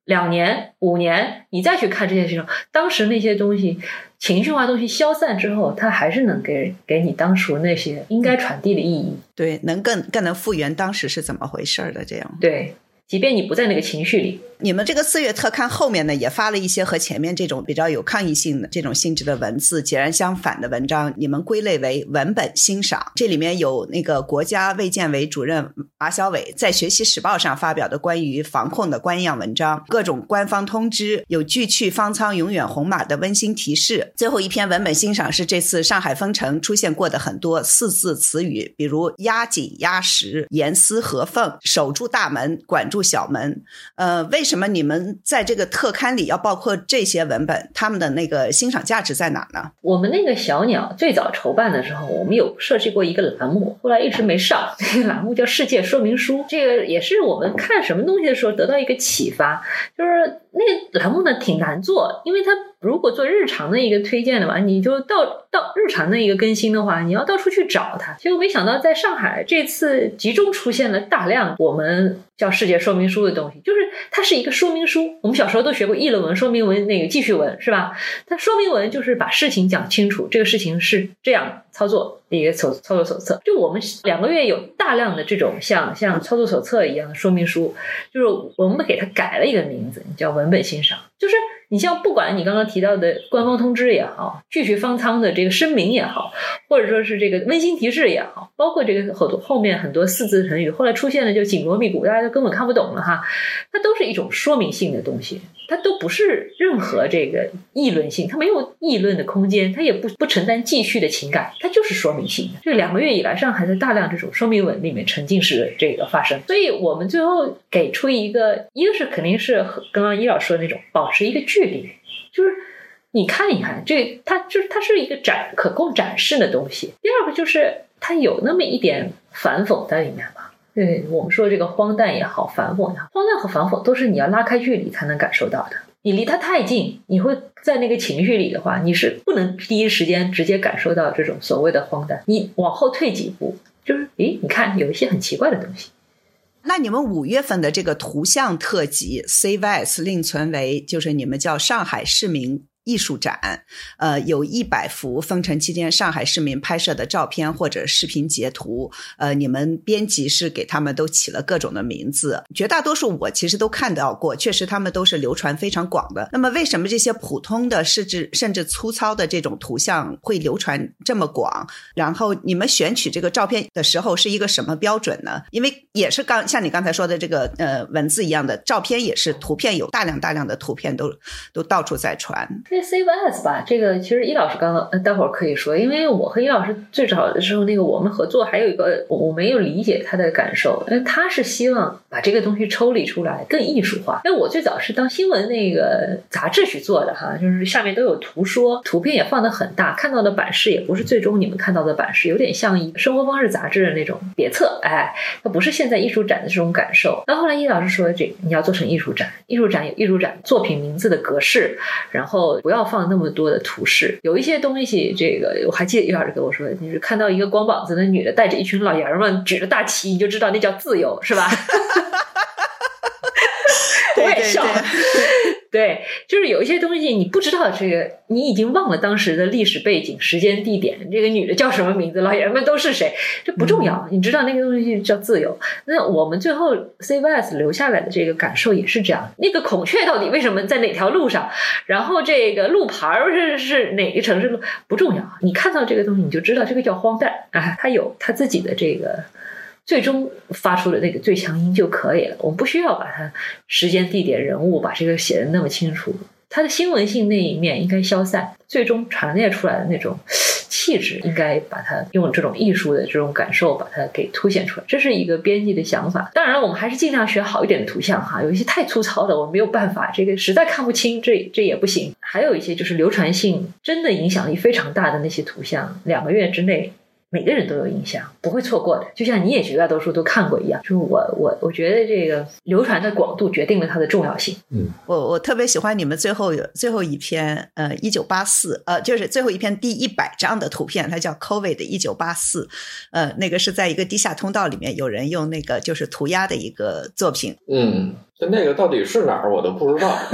两年、五年，你再去看这些事情，当时那些东西情绪化东西消散之后，它还是能给给你当初那些应该传递的意义。 对，能更更能复原当时是怎么回事的，这样。 对，即便你不在那个情绪里。 你们这个四月特刊后面呢，也发了一些和前面这种比较有抗议性的这种性质的文字截然相反的文章，你们归类为文本欣赏。这里面有那个国家卫健委主任马晓伟在学习时报上发表的关于防控的官样文章，各种官方通知，有拒去方舱永远红码的温馨提示。最后一篇文本欣赏是这次上海封城出现过的很多四字词语，比如压紧压实、严丝合缝、守住大门、管住小门。呃，为什么你们在这个特刊里要包括这些文本？他们的那个欣赏价值在哪呢？ 我们那个小鸟最早筹办的时候，我们有设计过一个栏目，后来一直没上。这个栏目叫世界说明书，这个也是我们看什么东西的时候得到一个启发，就是那个栏目呢挺难做，因为它如果做日常的一个推荐的话，你就到到日常的一个更新的话，你要到处去找它。结果没想到在上海这次集中出现了大量我们叫世界说明书的东西，就是它是一个说明书。我们小时候都学过议论文、说明文、那个记叙文，是吧？它说明文就是把事情讲清楚，这个事情是这样操作的一个操操作手册。就我们两个月有大量的这种像像操作手册一样的说明书，就是我们给它改了一个名字，叫文本欣赏。就是你像不管你刚刚提到的官方通知也好，拒去方舱的这个声明也好，或者说是这个温馨提示也好，包括这个后后面很多四字成语后来出现的就紧锣密鼓，大家都根本看不懂了哈，它都是一种说明性的东西，它都不是任何这个议论性，它没有议论的空间，它也不不承担继续的情感，它就是说明性的。这两个月以来，上海在大量这种说明文里面沉浸式的这个发生，所以我们最后给出一个，一个是肯定是和刚刚伊老说的那种保持一个距离，就是你看一看这它就是它是一个展可供展示的东西。第二个就是它有那么一点反讽在里面吧。对，我们说这个荒诞也好，反讽也好，荒诞和反讽都是你要拉开距离才能感受到的。你离它太近，你会在那个情绪里的话，你是不能第一时间直接感受到这种所谓的荒诞。你往后退几步，就是诶，你看有一些很奇怪的东西。 那你们五月份的这个图像特辑 C V S 另存为就是你们叫上海市民艺术展，呃，有一百幅封城期间上海市民拍摄的照片或者视频截图，呃，你们编辑是给他们都起了各种的名字，绝大多数我其实都看到过，确实他们都是流传非常广的。那么为什么这些普通的甚至甚至粗糙的这种图像会流传这么广？然后你们选取这个照片的时候是一个什么标准呢？因为也是刚像你刚才说的这个呃文字一样的，照片也是图片，有大量大量的图片都都到处在传。 这 C V S 吧，这个其实伊老师刚刚待会儿可以说，因为我和伊老师最早的时候，那个我们合作还有一个我没有理解他的感受，因为他是希望把这个东西抽离出来更艺术化。因为我最早是当新闻那个杂志去做的哈，就是下面都有图说，图片也放得很大，看到的版式也不是最终你们看到的版式，有点像一生活方式杂志的那种别册，哎，它不是现在艺术展的这种感受。那后来伊老师说，这你要做成艺术展，艺术展有艺术展作品名字的格式，然后不要放那么多的图示，有一些东西，这个我还记得于老师跟我说，你是看到一个光膀子的女的带着一群老爷们举着大旗，你就知道那叫自由，是吧？我也笑。对，就是有一些东西你不知道，这个你已经忘了当时的历史背景、时间、地点，这个女的叫什么名字，老爷们都是谁，这不重要。你知道那个东西叫自由。那我们最后 C V S 留下来的这个感受也是这样。那个孔雀到底为什么在哪条路上？然后这个路牌是是哪个城市路不重要，你看到这个东西你就知道这个叫荒诞啊，它有它自己的这个。最终发出的那个最强音就可以了，我们不需要把它时间地点人物把这个写得那么清楚，它的新闻性那一面应该消散，最终传列出来的那种气质应该把它用这种艺术的这种感受把它给凸显出来，这是一个编辑的想法。当然了，我们还是尽量选好一点的图像哈，有一些太粗糙的我没有办法，这个实在看不清，这这也不行。还有一些就是流传性真的影响力非常大的那些图像，两个月之内每个人都有印象，不会错过的，就像你也绝大多数都看过一样。就是我我我觉得这个流传的广度决定了它的重要性。 嗯，我我特别喜欢你们最后最后一篇呃一九八四呃就是最后一篇第一百张的图片，它叫 COVID 一九八四，呃那个是在一个地下通道里面有人用那个就是涂鸦的一个作品。 嗯，那个到底是哪儿我都不知道。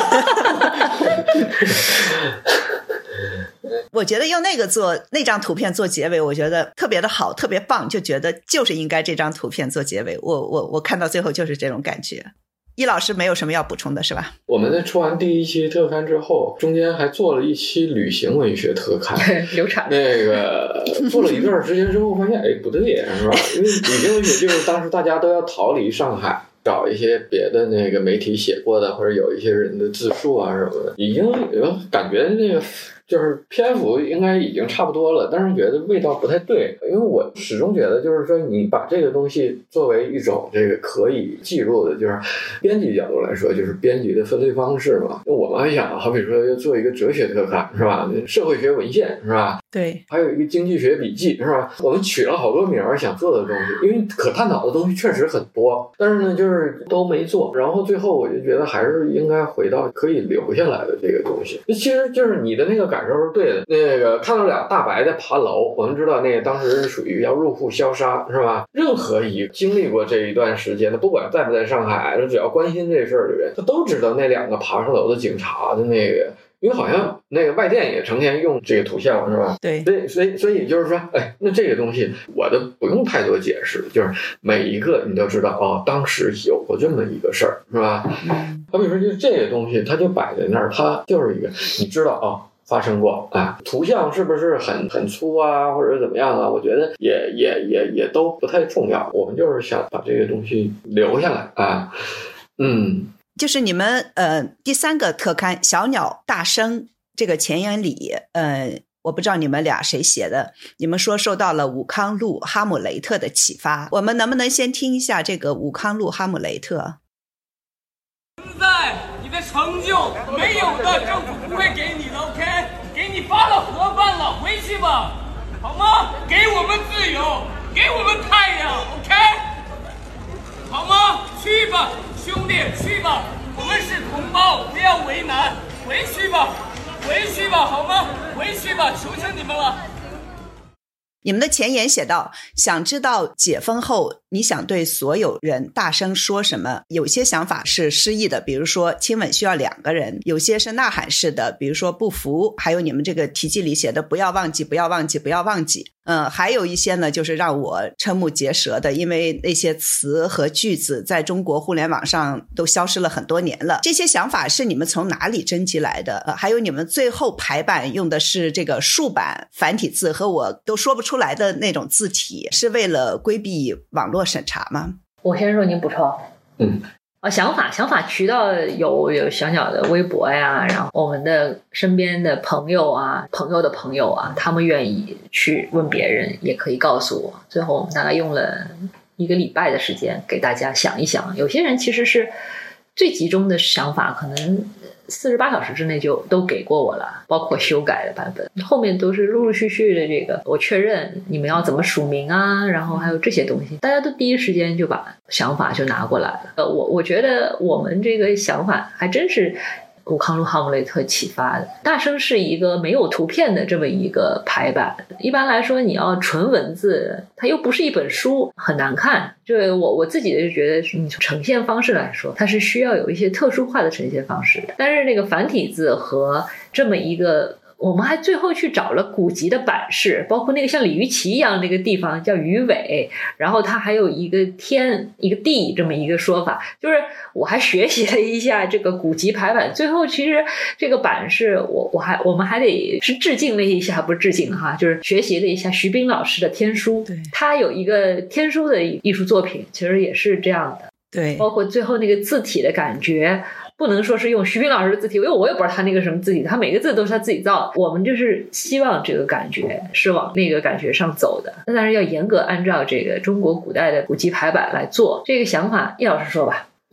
我觉得用那个做那张图片做结尾，我觉得特别的好，特别棒，就觉得就是应该这张图片做结尾。我我我看到最后就是这种感觉。易老师没有什么要补充的是吧？ 我们在出完第一期特刊之后，中间还做了一期旅行文学特刊， 流产。 那个做了一段时间之后，发现哎不对，是吧？因为旅行文学就是当时大家都要逃离上海。找一些别的那个媒体写过的，或者有一些人的自述啊什么的，已经感觉那个就是篇幅应该已经差不多了，但是觉得味道不太对，因为我始终觉得就是说你把这个东西作为一种这个可以记录的，就是编辑角度来说，就是编辑的分类方式嘛。我们还想，好比说要做一个哲学特刊是吧？社会学文献是吧？ 对， 还有一个经济学笔记是吧？我们取了好多名儿想做的东西，因为可探讨的东西确实很多，但是呢就是都没做，然后最后我就觉得还是应该回到可以留下来的这个东西。其实就是你的那个感受是对的，那个看到俩大白在爬楼，我们知道那个当时属于要入户消杀是吧？任何一经历过这一段时间的，不管在不在上海，只要关心这事儿的人，他都知道那两个爬上楼的警察的那个。因为好像那个外电也成天用这个图像是吧？ 对， 所以所以所以就是说，哎，那这个东西我都不用太多解释，就是每一个你都知道哦，当时有过这么一个事儿，是吧？嗯，好比说就这个东西，它就摆在那儿，它就是一个你知道哦。发生过啊，图像是不是很很粗啊，或者怎么样啊？我觉得也也也也都不太重要，我们就是想把这个东西留下来啊，嗯。 就是你们呃第三个特刊《小鸟大声》这个前言里，呃，我不知道你们俩谁写的，你们说受到了武康路哈姆雷特的启发，我们能不能先听一下这个武康路哈姆雷特？ 现在你的成就没有的，政府不会给你的 ，OK？ 给你发了盒饭了，回去吧，好吗？给我们自由，给我们太阳 ，OK？ 好吗？去吧。兄弟，去吧，我们是同胞，不要为难，回去吧，回去吧，好吗？回去吧，求求你们了。 你们的前言写道，想知道解封后你想对所有人大声说什么，有些想法是诗意的，比如说亲吻需要两个人，有些是呐喊式的，比如说不服，还有你们这个题记里写的不要忘记不要忘记不要忘记。嗯，还有一些呢就是让我瞠目结舌的，因为那些词和句子在中国互联网上都消失了很多年了。这些想法是你们从哪里征集来的？呃，还有你们最后排版用的是这个竖版繁体字和我都说不出来的那种字体，是为了规避网络审查吗？ 我先说您补充。 嗯。 啊，想法想法渠道有有小小的微博呀，然后我们的身边的朋友啊，朋友的朋友啊，他们愿意去问别人，也可以告诉我。最后我们大概用了一个礼拜的时间给大家想一想。有些人其实是最集中的想法，可能四十八小时之内就都给过我了，包括修改的版本，后面都是陆陆续续的这个我确认你们要怎么署名啊，然后还有这些东西，大家都第一时间就把想法就拿过来了。呃，我我觉得我们这个想法还真是武康路哈姆雷特启发的。大声是一个没有图片的这么一个排版，一般来说你要纯文字，它又不是一本书，很难看。就我我自己就觉得你从呈现方式来说，它是需要有一些特殊化的呈现方式的。但是那个繁体字和这么一个，我们还最后去找了古籍的版式，包括那个像鲤鱼旗一样那个地方叫鱼尾，然后它还有一个天一个地这么一个说法，就是我还学习了一下这个古籍排版。最后其实这个版式我我还我们还得是致敬了一下，不是致敬哈，就是学习了一下徐冰老师的天书， 对， 他有一个天书的艺术作品，其实也是这样的。 对， 包括最后那个字体的感觉，不能说是用徐冰老师的字体，因为我也不知道他那个什么字体，他每个字都是他自己造的。我们就是希望这个感觉是往那个感觉上走的，那当然要严格按照这个中国古代的古籍排版来做。这个想法，易老师说吧。 我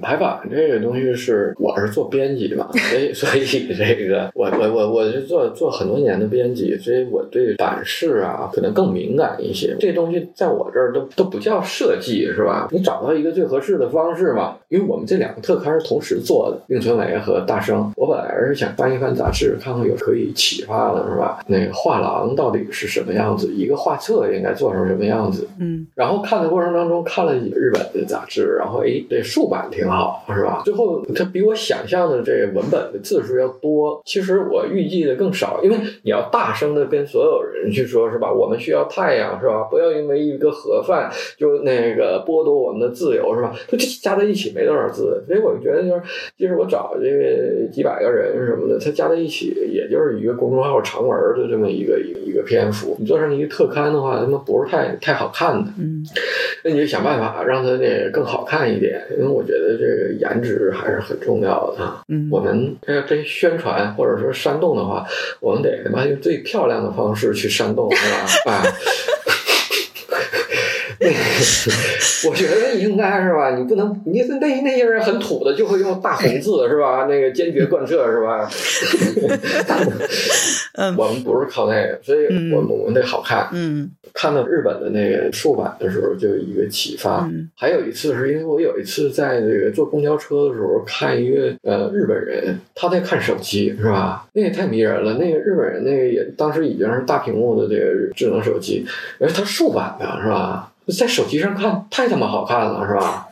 排版这个东西是我是做编辑嘛，所以所以这个我我我我是做做很多年的编辑，所以我对版式啊可能更敏感一些。这东西在我这儿都都不叫设计是吧？你找到一个最合适的方式嘛。因为我们这两个特刊是同时做的，令存伟和大生。我本来是想翻一翻杂志，看看有可以启发的是吧？那个画廊到底是什么样子，一个画册应该做成什么样子。 嗯，然后看的过程当中看了日本的杂志，然后诶，这竖版挺好是吧？最后它比我想象的这个文本的字数要多，其实我预计的更少，因为你要大声的跟所有人去说是吧？我们需要太阳是吧？不要因为一个盒饭就那个剥夺我们的自由是吧？就这加在一起没多少字，所以我觉得就是就是我找这个几百个人什么的，它加在一起也就是一个公众号长文的这么一个一个一个篇幅。你做成一个特刊的话，他们不是太太好看的，嗯，那你就想办法让它那更好看一点，因为我觉得这个颜值还是很重要的啊。嗯，我们这这宣传或者说煽动的话，我们得他妈用最漂亮的方式去煽动，是吧？啊。我觉得应该是吧，你不能，你那那些人很土的就会用大红字是吧？那个坚决贯彻是吧？嗯，我们不是靠那个，所以我们我们得好看。嗯，看到日本的那个竖版的时候，就有一个启发。嗯，还有一次是因为我有一次在这个坐公交车的时候看一个呃日本人，他在看手机是吧？那也太迷人了。那个日本人那个也当时已经是大屏幕的这个智能手机，而他竖版的是吧？在手机上看太他妈好看了是吧？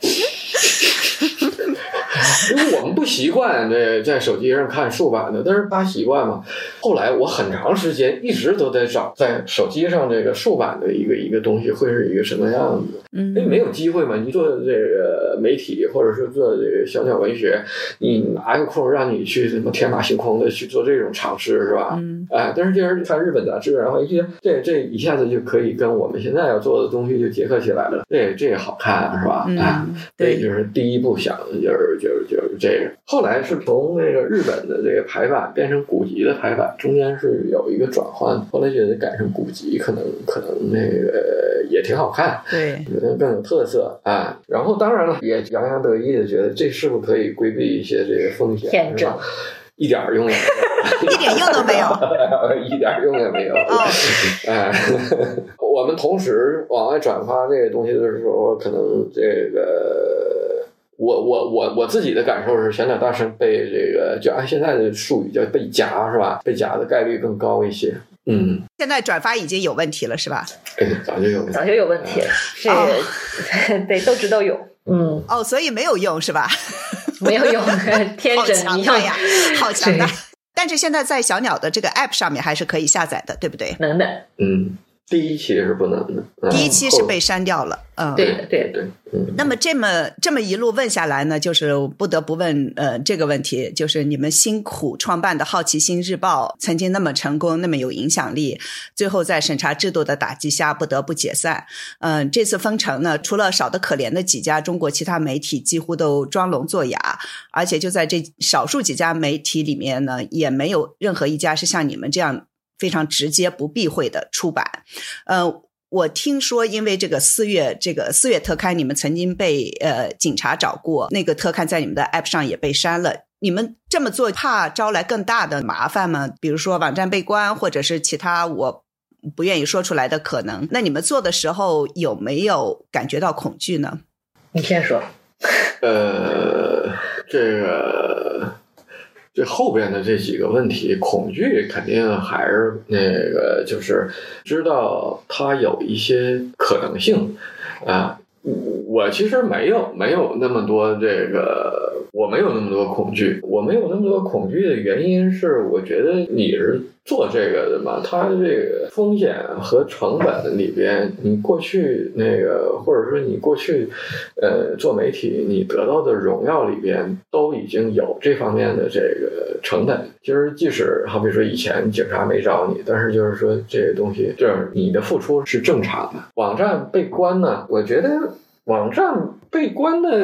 因为我们不习惯这在手机上看竖版的，但是他习惯嘛。后来我很长时间一直都在找在手机上这个竖版的一个一个东西会是一个什么样子。嗯，因为没有机会嘛，你做这个媒体或者说做这个小鸟文学，你哪有空让你去什么天马行空的去做这种尝试是吧？嗯，哎，但是这人看日本杂志，然后一觉得这这一下子就可以跟我们现在要做的东西就结合起来了，这这好看是吧？嗯，哎，这就是第一步想的就是就是就是这个。后来是从那个日本的这个排版变成古籍的排版，中间是有一个转换，后来觉得改成古籍可能可能那个也挺好看，对，觉得更有特色啊。然后当然了，也洋洋得意的觉得这是不是可以规避一些这个风险，是吧？一点用也没有， 一点用都没有， 一点用也没有。哦，哎，我们同时往外转发这个东西的时候，可能这个。我我我我自己的感受是，小鸟大声被这个就按现在的术语叫被夹是吧？被夹的概率更高一些。嗯， 现在转发已经有问题了是吧？ 哎，早就有问题， 早就有问题了，这个、哦、对都知道有。嗯， 哦，所以没有用是吧？ 没有用，天真一样呀，好强大。但是现在在小鸟的这个 app 上面还是可以下载的，对不对？ 能的。 嗯。第一期是不能的， 嗯、第一期是被删掉了。嗯， 对对对。 嗯， 那么这么这么一路问下来呢，就是不得不问呃这个问题，就是你们辛苦创办的好奇心日报曾经那么成功，那么有影响力，最后在审查制度的打击下不得不解散。嗯、呃，这次封城呢，除了少得可怜的几家，中国其他媒体几乎都装聋作哑，而且就在这少数几家媒体里面呢，也没有任何一家是像你们这样非常直接不避讳的出版。呃，我听说因为这个四月这个四月特刊你们曾经被呃警察找过，那个特刊在你们的 app 上也被删了。你们这么做怕招来更大的麻烦吗？比如说网站被关，或者是其他我不愿意说出来的可能。那你们做的时候有没有感觉到恐惧呢？ 你先说。 呃，这个这后边的这几个问题，恐惧肯定还是那个，就是知道它有一些可能性啊。我其实没有没有那么多这个，我没有那么多恐惧。我没有那么多恐惧的原因是，我觉得你是做这个的嘛，它这个风险和成本里边，你过去那个，或者说你过去呃做媒体，你得到的荣耀里边都已经有这方面的这个成本。其实即使好比说以前警察没找你，但是就是说这个东西，就是你的付出是正常的。网站被关呢，我觉得网站被关的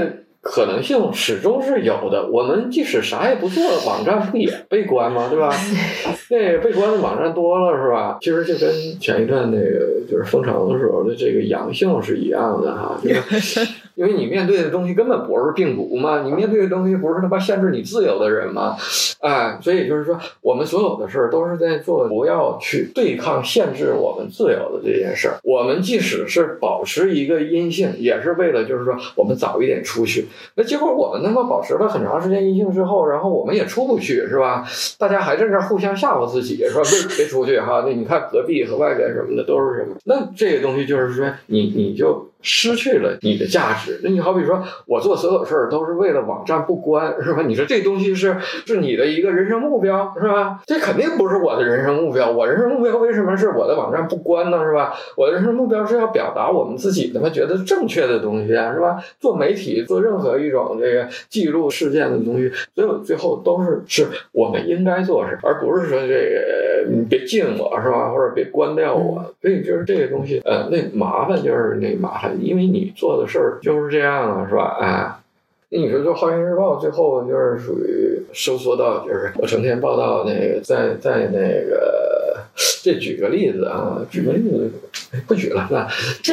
可能性始终是有的。我们即使啥也不做，网站不也被关吗？对吧？那个被关的网站多了是吧？其实就跟前一段那个就是封城的时候的这个阳性是一样的哈，就是因为你面对的东西根本不是病毒嘛，你面对的东西不是他妈限制你自由的人嘛，哎，所以就是说，我们所有的事儿都是在做不要去对抗限制我们自由的这件事儿。我们即使是保持一个阴性，也是为了就是说我们早一点出去。那结果我们他妈保持了很长时间阴性之后，然后我们也出不去，是吧？大家还在这互相吓唬自己，说别别出去哈。那你看隔壁和外边什么的都是什么？那这个东西就是说，你你就失去了你的价值。那你好比说我做所有事儿都是为了网站不关，是吧？你说这东西是是你的一个人生目标，是吧？这肯定不是我的人生目标。我人生目标为什么是我的网站不关呢？是吧？我的人生目标是要表达我们自己他妈觉得正确的东西啊，是吧？做媒体做任何一种这个记录事件的东西，所有最后都是是我们应该做事，而不是说这个你别禁我，是吧？或者别关掉我。所以就是这个东西，呃，那麻烦就是那麻烦。因为你做的事儿就是这样啊，是吧？哎，你说就《浩星日报》最后就是属于收缩到，就是我成天报道那个在在那个，这举个例子啊，举个例子，不举了，是吧？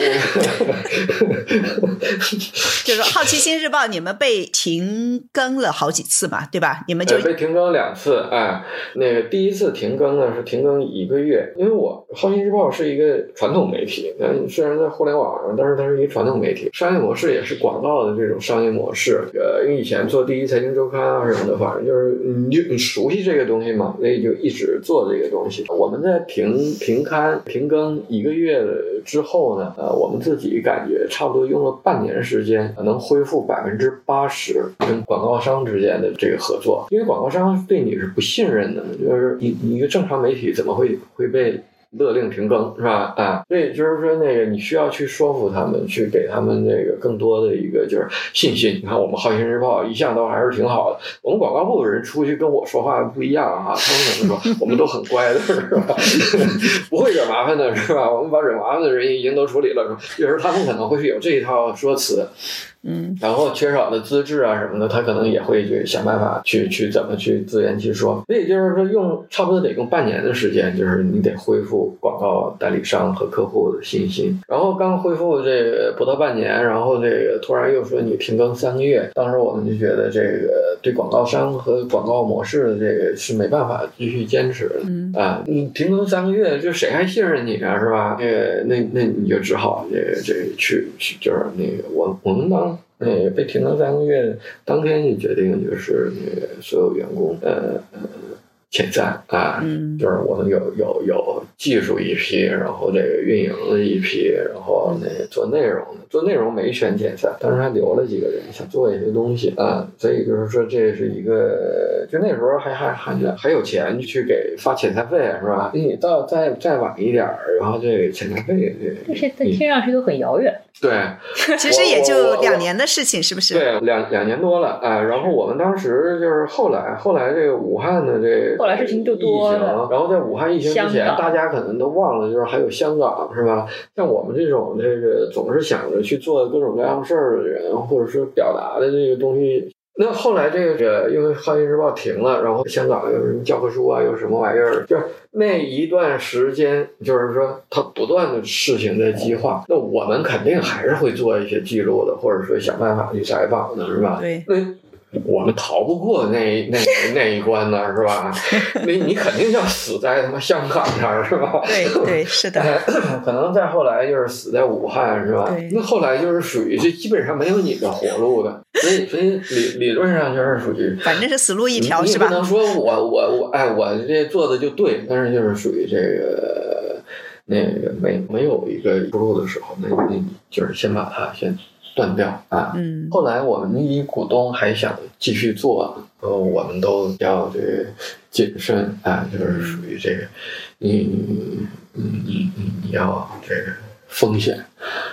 就是《好奇心日报》，你们被停更了好几次嘛，对吧？你们就、 呃、被停更两次，哎，那个第一次停更呢是停更一个月，因为我《好奇心日报》是一个传统媒体，但虽然在互联网上，但是它是一个传统媒体，商业模式也是广告的这种商业模式。呃，因为以前做第一财经周刊啊什么的，反正就是你就你熟悉这个东西嘛，所以就一直做这个东西。我们在停停刊停更一个月之后呢，呃，我们自己感觉差不多用了半年时间，能恢复百分之八十跟广告商之间的这个合作，因为广告商对你是不信任的，就是你你一个正常媒体怎么会会被勒令停更，是吧？啊，所以就是说那个你需要去说服他们，去给他们那个更多的一个就是信心。你看我们《好心日报》一向都还是挺好的，我们广告部的人出去跟我说话不一样啊，他们可能说我们都很乖的，是吧？不会惹麻烦的，是吧？我们把惹麻烦的人已经都处理了，有时候他们可能会有这一套说辞。嗯，然后缺少的资质啊什么的，他可能也会去想办法去去怎么去自圆其说。所以就是说用差不多得用半年的时间，就是你得恢复广告代理商和客户的信心。然后刚恢复这个不到半年，然后这个突然又说你停更三个月，当时我们就觉得这个对广告商和广告模式的这个是没办法继续坚持的。嗯啊，你停更三个月，就谁还信任你啊，是吧？这个那那你就只好这个这个去去就是那个我我们当。呃，被停更三个月，当天就决定就是那个所有员工呃呃遣散啊，嗯，就是我们有有有技术一批，然后这个运营的一批，然后那个做内容的，做内容没全遣散，但是还留了几个人想做一些东西啊，所以就是说这是一个，就那时候还还还还有钱去给发遣散费是吧？你到再再晚一点，然后这个遣散费这， 这些听上去都很遥远。 对， 其实也就两年的事情，是不是？ 对，两两年多了，哎，然后我们当时就是后来，后来这个武汉的这个后来事情就多了， 然后在武汉疫情之前，大家可能都忘了，就是还有香港，是吧？像我们这种这个总是想着去做各种各样事儿的人，或者说表达的这个东西。那后来这个因为《汉语日报》停了，然后香港有什么教科书啊，有什么玩意儿，就是那一段时间，就是说它不断的事情在激化，那我们肯定还是会做一些记录的，或者说想办法去采访的，是吧？ 对。 那我们逃不过那那那一关呢，是吧？你你肯定要死在他妈香港那儿，是吧？ 对对，是的。 可能再后来就是死在武汉，是吧？那后来就是属于这基本上没有你的活路的，所以所以理理论上就是属于， 反正是死路一条，是吧？ 你不能说我我我哎，我这做的就对，但是就是属于这个那个没没有一个出路的时候，那那就是先把它先断掉啊！嗯，后来我们一股东还想继续做，呃，我们都要这个谨慎啊，就是属于这个，你你你你你要这个风险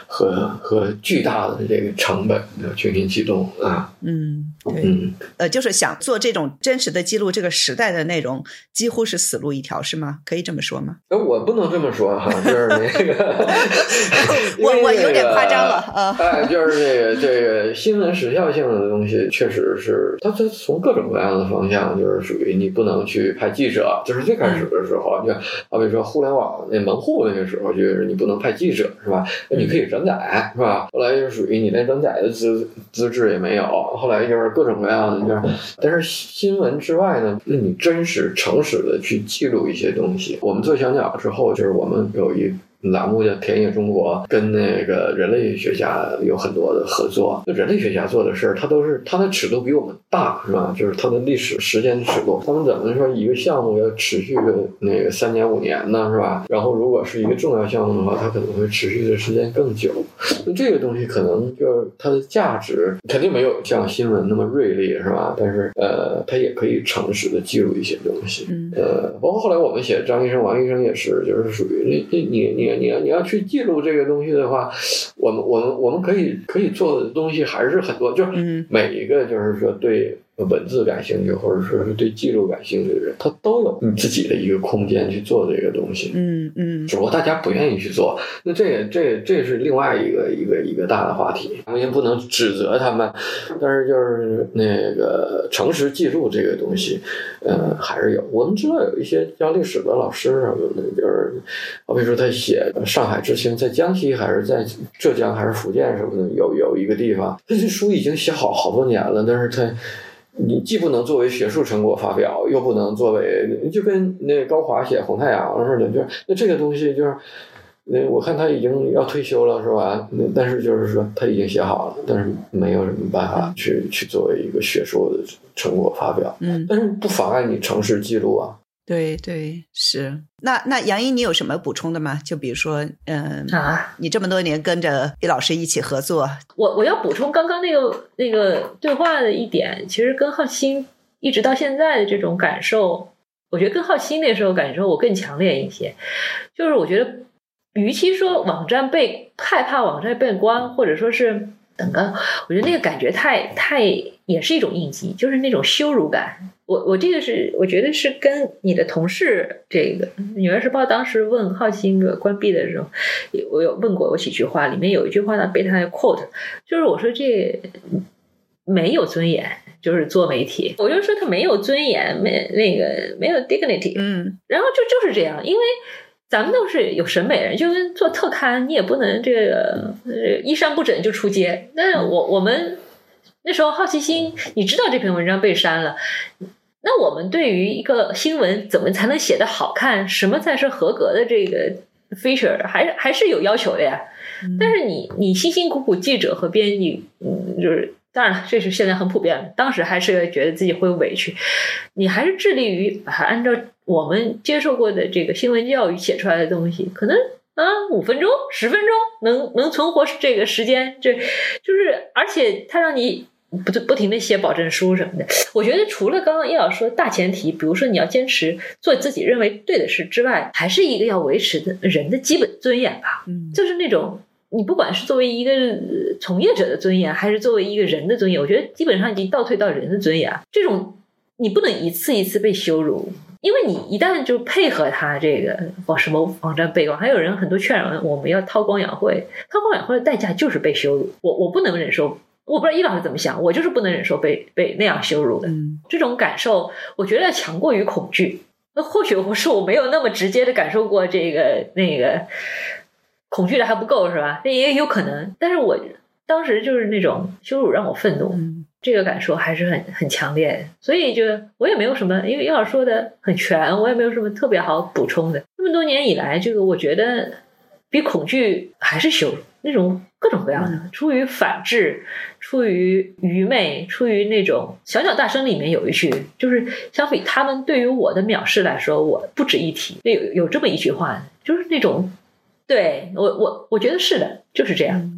和和巨大的这个成本的群行记录啊。 嗯，对， 嗯， 呃，就是想做这种真实的记录，这个时代的内容几乎是死路一条，是吗？可以这么说吗？ 呃，我不能这么说哈，就是那个， 我我有点夸张了啊。 哎，就是这个这个新闻时效性的东西，确实是它它从各种各样的方向，就是属于你不能去派记者，就是最开始的时候，就好比说互联网那门户那个时候，就是你不能派记者，是吧？你可以转载，是吧？后来就属于你连转载的资资质也没有，后来就是各种各样的，就是但是新闻之外呢，就是你真实诚实的去记录一些东西。我们做小鸟之后，就是我们有一栏目叫田野中国，跟那个人类学家有很多的合作。就人类学家做的事儿，它都是它的尺度比我们大，是吧？就是它的历史时间尺度，他们怎么说一个项目要持续个那个三年五年呢，是吧？然后如果是一个重要项目的话，它可能会持续的时间更久。那这个东西可能就是它的价值肯定没有像新闻那么锐利，是吧？但是呃，它也可以诚实的记录一些东西。呃，包括后来我们写张医生、王医生也是，就是属于你你你。你要你要去记录这个东西的话，我们我们我们可以可以做的东西还是很多，就是每一个就是说对文字感兴趣或者说是对记录感兴趣的人，他都有你自己的一个空间去做这个东西。嗯嗯，只不过大家不愿意去做，那这也这这是另外一个一个一个大的话题，我们也不能指责他们，但是就是那个诚实记录这个东西，呃，还是有。我们知道有一些教历史的老师什么的，就是好比说他写上海之星在江西还是在浙江还是福建什么的，有有一个地方，这些书已经写好好多年了，但是他。你既不能作为学术成果发表，又不能作为，就跟那高华写《红太阳》似的，就是那这个东西就是，那我看他已经要退休了，是吧？但是就是说他已经写好了，但是没有什么办法去去作为一个学术的成果发表。嗯，但是不妨碍你诚实记录啊。 对对是，那那杨一你有什么补充的吗？就比如说，嗯啊，你这么多年跟着毕老师一起合作， 我我要补充刚刚那个那个对话的一点，其实跟浩鑫一直到现在的这种感受，我觉得跟浩鑫那时候感受我更强烈一些，就是我觉得，与其说网站被害怕网站被关，或者说是等个，我觉得那个感觉太太也是一种印记，就是那种羞辱感。我我这个是我觉得是跟你的同事，这个《纽约时报》当时问浩鑫个关闭的时候，我有问过我几句话，里面有一句话呢被他 quote， 就是我说这没有尊严，就是做媒体，我就说他没有尊严，没那个没有 dignity， 嗯，然后就就是这样，因为咱们都是有审美人，就跟做特刊，你也不能这个呃衣衫不整就出街，那我我们那时候好奇心，你知道这篇文章被删了。那我们对于一个新闻怎么才能写得好看，什么才是合格的这个 feature， 还是还是有要求的呀。嗯、但是你你辛辛苦苦记者和编辑，嗯，就是当然了，这是现在很普遍的。当时还是觉得自己会委屈，你还是致力于把它按照我们接受过的这个新闻教育写出来的东西，可能啊五分钟、十分钟能能存活这个时间，这就是，而且它让你。不不停的写保证书什么的，我觉得除了刚刚叶老师说大前提，比如说你要坚持做自己认为对的事之外，还是一个要维持的人的基本尊严吧。嗯，就是那种你不管是作为一个从业者的尊严，还是作为一个人的尊严，我觉得基本上已经倒退到人的尊严。这种你不能一次一次被羞辱，因为你一旦就配合他这个往什么网站被关，还有人很多劝人我们要韬光养晦，韬光养晦的代价就是被羞辱。我我不能忍受。我不知道伊老师怎么想，我就是不能忍受被被那样羞辱的、嗯、这种感受，我觉得要强过于恐惧。那或许我是我没有那么直接的感受过这个那个恐惧的还不够是吧？那也有可能，但是我当时就是那种羞辱让我愤怒，嗯、这个感受还是很很强烈的。所以就我也没有什么，因为伊老师说的很全，我也没有什么特别好补充的。这么多年以来，这个我觉得比恐惧还是羞辱。那种各种各样的，出于反智，出于愚昧，出于那种小鸟大声里面有一句，就是相比他们对于我的藐视来说，我不值一提。有有这么一句话，就是那种，对我我我觉得是的，就是这样。 嗯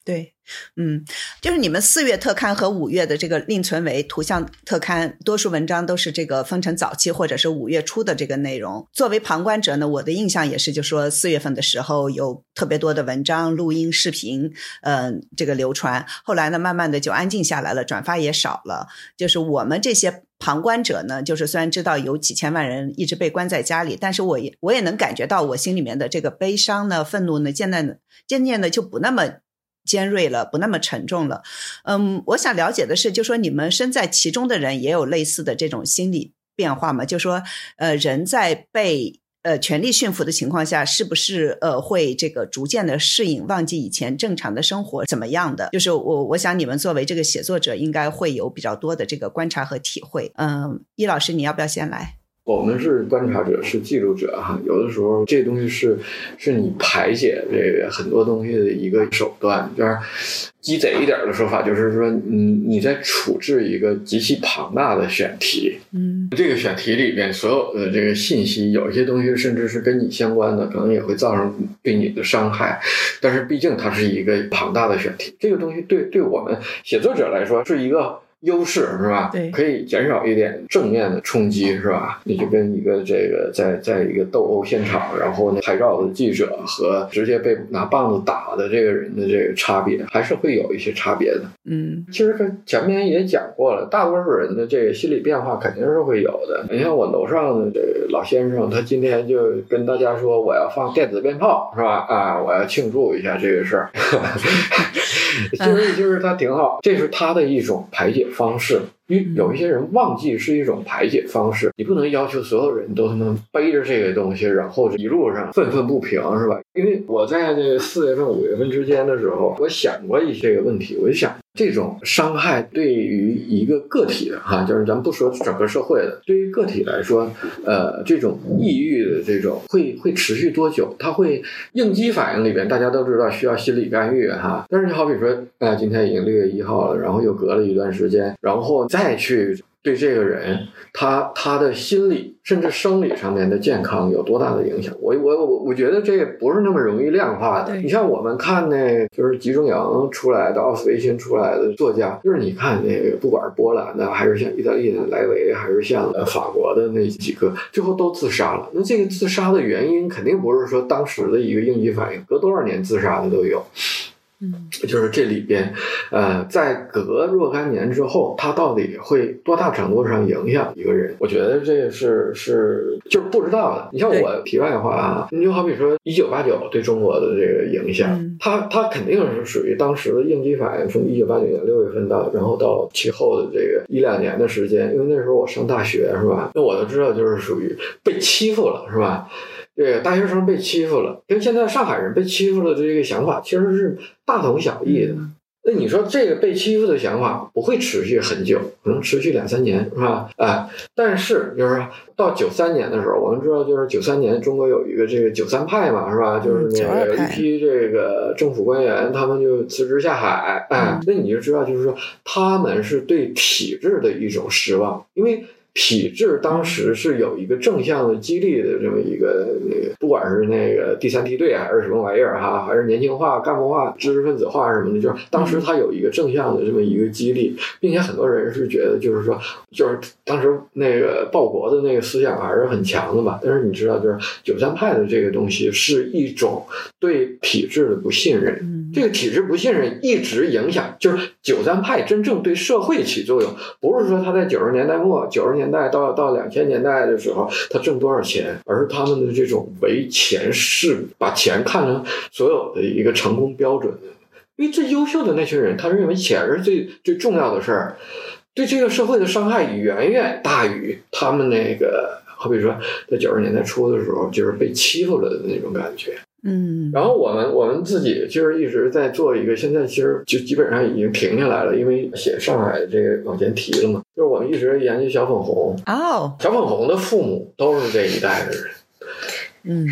对，嗯，就是你们四月特刊和五月的这个另存为图像特刊，多数文章都是这个封城早期或者是五月初的这个内容。作为旁观者呢，我的印象也是，就说四月份的时候有特别多的文章、录音、视频，呃，这个流传。后来呢，慢慢的就安静下来了，转发也少了。就是我们这些旁观者呢，就是虽然知道有几千万人一直被关在家里，但是我也我也能感觉到我心里面的这个悲伤呢、愤怒呢，渐渐渐渐的就不那么尖锐了，不那么沉重了。嗯，我想了解的是，就说你们身在其中的人也有类似的这种心理变化吗？就说呃，人在被呃权力驯服的情况下，是不是呃会这个逐渐的适应，忘记以前正常的生活怎么样的？就是我我想你们作为这个写作者，应该会有比较多的这个观察和体会。嗯，易老师，你要不要先来？ 我们是观察者，是记录者哈。有的时候这东西是是你排解这个很多东西的一个手段。就是鸡贼一点的说法，就是说你你在处置一个极其庞大的选题，嗯，这个选题里面所有的这个信息，有一些东西甚至是跟你相关的，可能也会造成对你的伤害。但是毕竟它是一个庞大的选题，这个东西对对我们写作者来说是一个优势，是吧？ 对， 可以减少一点正面的冲击，是吧？你就跟一个这个在在一个斗殴现场，然后呢拍照的记者和直接被拿棒子打的这个人的这个差别，还是会有一些差别的。嗯，其实跟前面也讲过了，大多数人的这个心理变化肯定是会有的。你看我楼上的这个老先生，他今天就跟大家说我要放电子鞭炮，是吧？啊，我要庆祝一下这个事儿。就是就是他挺好，这是他的一种排解方式。因为有一些人忘记是一种排解方式，你不能要求所有人都他妈背着这个东西，然后一路上愤愤不平，是吧？因为我在这个四月份、五月份之间的时候，我想过一些个问题，我就想这种伤害对于一个个体的哈，就是咱们不说整个社会的，对于个体来说，呃，这种抑郁的这种会会持续多久？它会应激反应里边，大家都知道需要心理干预哈，但是你好比说，呃，今天已经六月一号了，然后又隔了一段时间，然后再去对这个人他他的心理甚至生理上面的健康有多大的影响，我我我我觉得这不是那么容易量化的。你像我们看那就是集中营出来的、奥斯维辛出来的作家，就是你看那个不管是波兰的，还是像意大利的莱维，还是像呃法国的那几个，最后都自杀了。那这个自杀的原因肯定不是说当时的一个应激反应，隔多少年自杀的都有。嗯，就是这里边，呃，在隔若干年之后，它到底会多大程度上影响一个人？我觉得这是是就是不知道的。你像我题外话啊，你就好比说一九八九对中国的这个影响，嗯、它它肯定是属于当时的应激反应，从一九八九年六月份到，然后到其后的这个一两年的时间，因为那时候我上大学是吧？那我就知道就是属于被欺负了是吧？这个大学生被欺负了，跟现在上海人被欺负了的这个想法其实是大同小异的。那你说这个被欺负的想法不会持续很久，可能持续两三年，是吧？哎，但是就是到九三年的时候，我们知道就是九三年中国有一个这个九三派嘛，是吧？就是那个一批这个政府官员，他们就辞职下海，哎，那你就知道就是说他们是对体制的一种失望，因为体制当时是有一个正向的激励的这么一个那个，不管是那个第三梯队还是什么玩意儿哈，还是年轻化、干部化、知识分子化什么的，就是当时它有一个正向的这么一个激励，并且很多人是觉得就是说，就是当时那个报国的那个思想还是很强的嘛。但是你知道，就是九三派的这个东西是一种对体制的不信任，这个体制不信任一直影响，就是九三派真正对社会起作用，不是说他在九十年代末、九十年代到到两千年代的时候他挣多少钱，而是他们的这种唯钱是把钱看成所有的一个成功标准的。因为最优秀的那群人，他认为钱是最最重要的事儿，对这个社会的伤害远远大于他们那个，好比说在九十年代初的时候，就是被欺负了的那种感觉。嗯，然后我们我们自己就是一直在做一个，现在其实就基本上已经停下来了，因为写上海这个往前提了嘛。就是我们一直研究小粉红，哦，小粉红的父母都是这一代的人。嗯，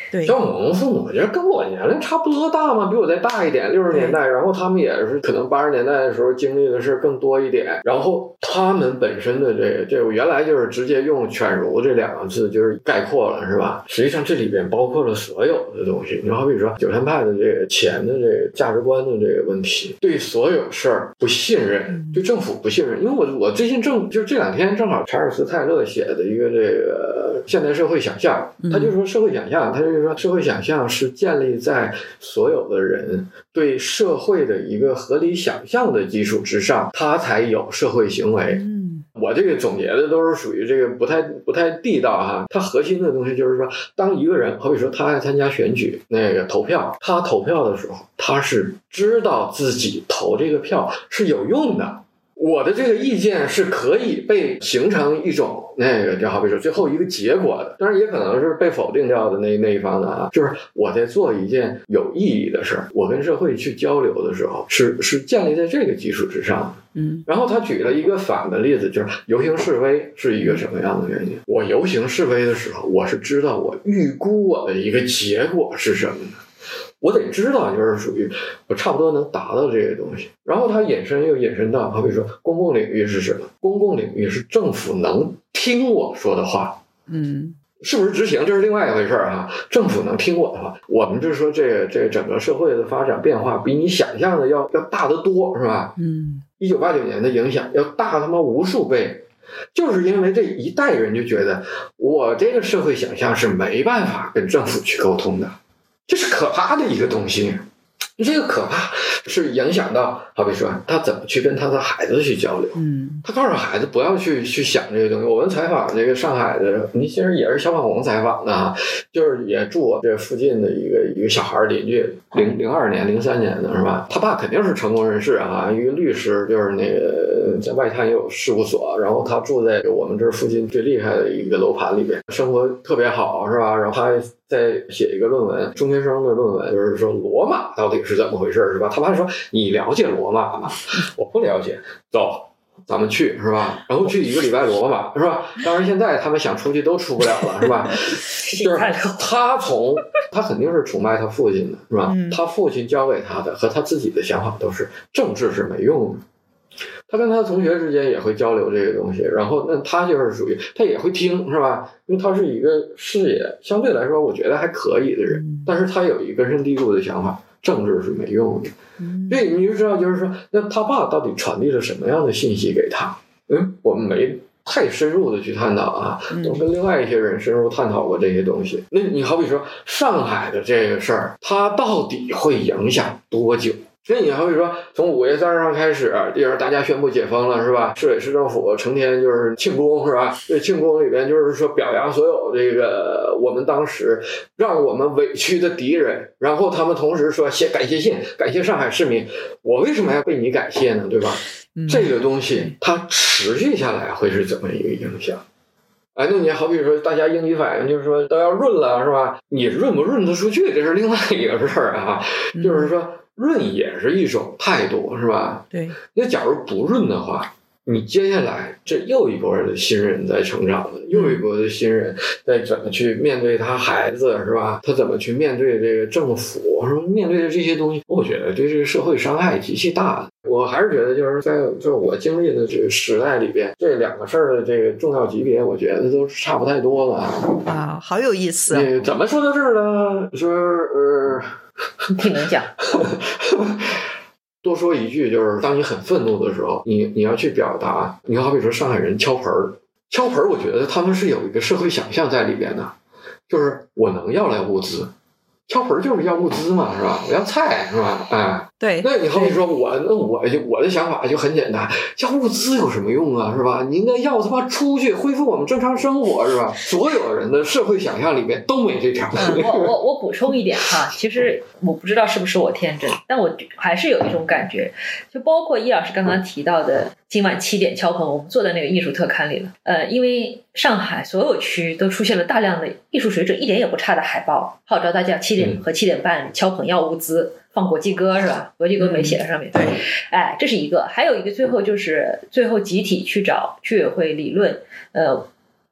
对， 像我们父母，我觉得跟我年龄差不多大嘛，比我再大一点，六十年代，然后他们也是可能八十年代的时候经历的事更多一点，然后他们本身的这个这个原来就是直接用犬儒这两个字就是概括了，是吧？实际上这里边包括了所有的东西。你好比说九三派的这个钱的这个价值观的这个问题，对所有事儿不信任，对政府不信任。因为我我最近正就是这两天正好查尔斯泰勒写的一个这个现代社会想象，他就说社会想象，他就说社会想象是建立在所有的人对社会的一个合理想象的基础之上，他才有社会行为。我这个总结的都是属于这个不太不太地道哈，它核心的东西就是说，当一个人好比说他爱参加选举那个投票，他投票的时候，他是知道自己投这个票是有用的。我的这个意见是可以被形成一种那个，就好比说最后一个结果的，当然也可能是被否定掉的那那一方的啊。就是我在做一件有意义的事儿，我跟社会去交流的时候，是是建立在这个基础之上的。嗯，然后他举了一个反的例子，就是游行示威是一个什么样的原因？我游行示威的时候，我是知道我预估我的一个结果是什么呢？我得知道，就是属于我差不多能达到这个东西。然后它引申又引申到，好比说公共领域是什么？公共领域是政府能听我说的话，嗯，是不是执行这是另外一回事儿哈。政府能听我的话，我们就是说这个这个整个社会的发展变化比你想象的要要大得多，是吧？嗯，一九八九年的影响要大他妈无数倍。就是因为这一代人就觉得我这个社会想象是没办法跟政府去沟通的。这是可怕的一个东西，这个可怕是影响到，好比说他怎么去跟他的孩子去交流。嗯，他告诉孩子不要去去想这些东西。我们采访这个上海的，你其实也是小网红采访的啊，就是也住我这附近的一个一个小孩邻居，零零二年、零三年的是吧？他爸肯定是成功人士啊，一个律师，就是那个在外滩也有事务所，然后他住在我们这附近最厉害的一个楼盘里边，生活特别好，是吧？然后他在写一个论文，中学生的论文，就是说罗马到底是怎么回事，是吧？他爸说你了解罗马吗？我不了解，走，咱们去，是吧？然后去一个礼拜罗马，是吧？当然现在他们想出去都出不了了，是吧？就是他从他肯定是崇拜他父亲的，是吧？他父亲教给他的和他自己的想法都是政治是没用的。他跟他同学之间也会交流这个东西，然后那他就是属于他也会听，是吧？因为他是一个视野相对来说我觉得还可以的人，但是他有一个根深蒂固的想法，政治是没用的。所以你就知道，就是说，那他爸到底传递了什么样的信息给他？嗯，我们没太深入的去探讨啊，都跟另外一些人深入探讨过这些东西。那你好比说上海的这个事儿，它到底会影响多久？所以你还会说，从五月三十号开始，就是大家宣布解封了，是吧？市委市政府成天就是庆功，是吧？这庆功里边就是说表扬所有这个我们当时让我们委屈的敌人，然后他们同时说写感谢信，感谢上海市民。我为什么要被你感谢呢？对吧？嗯、这个东西它持续下来会是怎么一个影响？哎，那你好比说大家应激反应就是说都要润了，是吧？你润不润得出去，这是另外一个事儿啊，嗯、就是说。润也是一种态度，是吧？对。那假如不润的话，你接下来这又一波的新人在成长了，又一波的新人在怎么去面对他孩子，是吧？他怎么去面对这个政府，是吧？面对的这些东西，我觉得对这个社会伤害极其大。我还是觉得就是在就是我经历的这个时代里边，这两个事儿的这个重要级别，我觉得都差不太多了啊，好有意思。 呃，怎么说到这儿呢？说呃。 挺能讲。 多说一句，就是当你很愤怒的时候，你你要去表达。你好比说上海人敲盆儿，敲盆儿，我觉得他们是有一个社会想象在里边的，就是我能要来物资，敲盆儿就是要物资嘛，是吧？我要菜，是吧？哎， 对。 那你好比说我，那我就我的想法就很简单，要物资有什么用啊，是吧？你应该要他妈出去恢复我们正常生活，是吧？所有人的社会想象里面都没这条。 嗯、我我我补充一点哈，其实我不知道是不是我天真，但我还是有一种感觉，就包括易老师刚刚提到的今晚七点敲盆，我们做的那个艺术特刊里了。呃，因为上海所有区都出现了大量的艺术水准一点也不差的海报，号召大家七点和七点半敲盆要物资。放国际歌是吧？国际歌没写在上面。对，哎，这是一个，还有一个最后就是最后集体去找居委会理论，呃，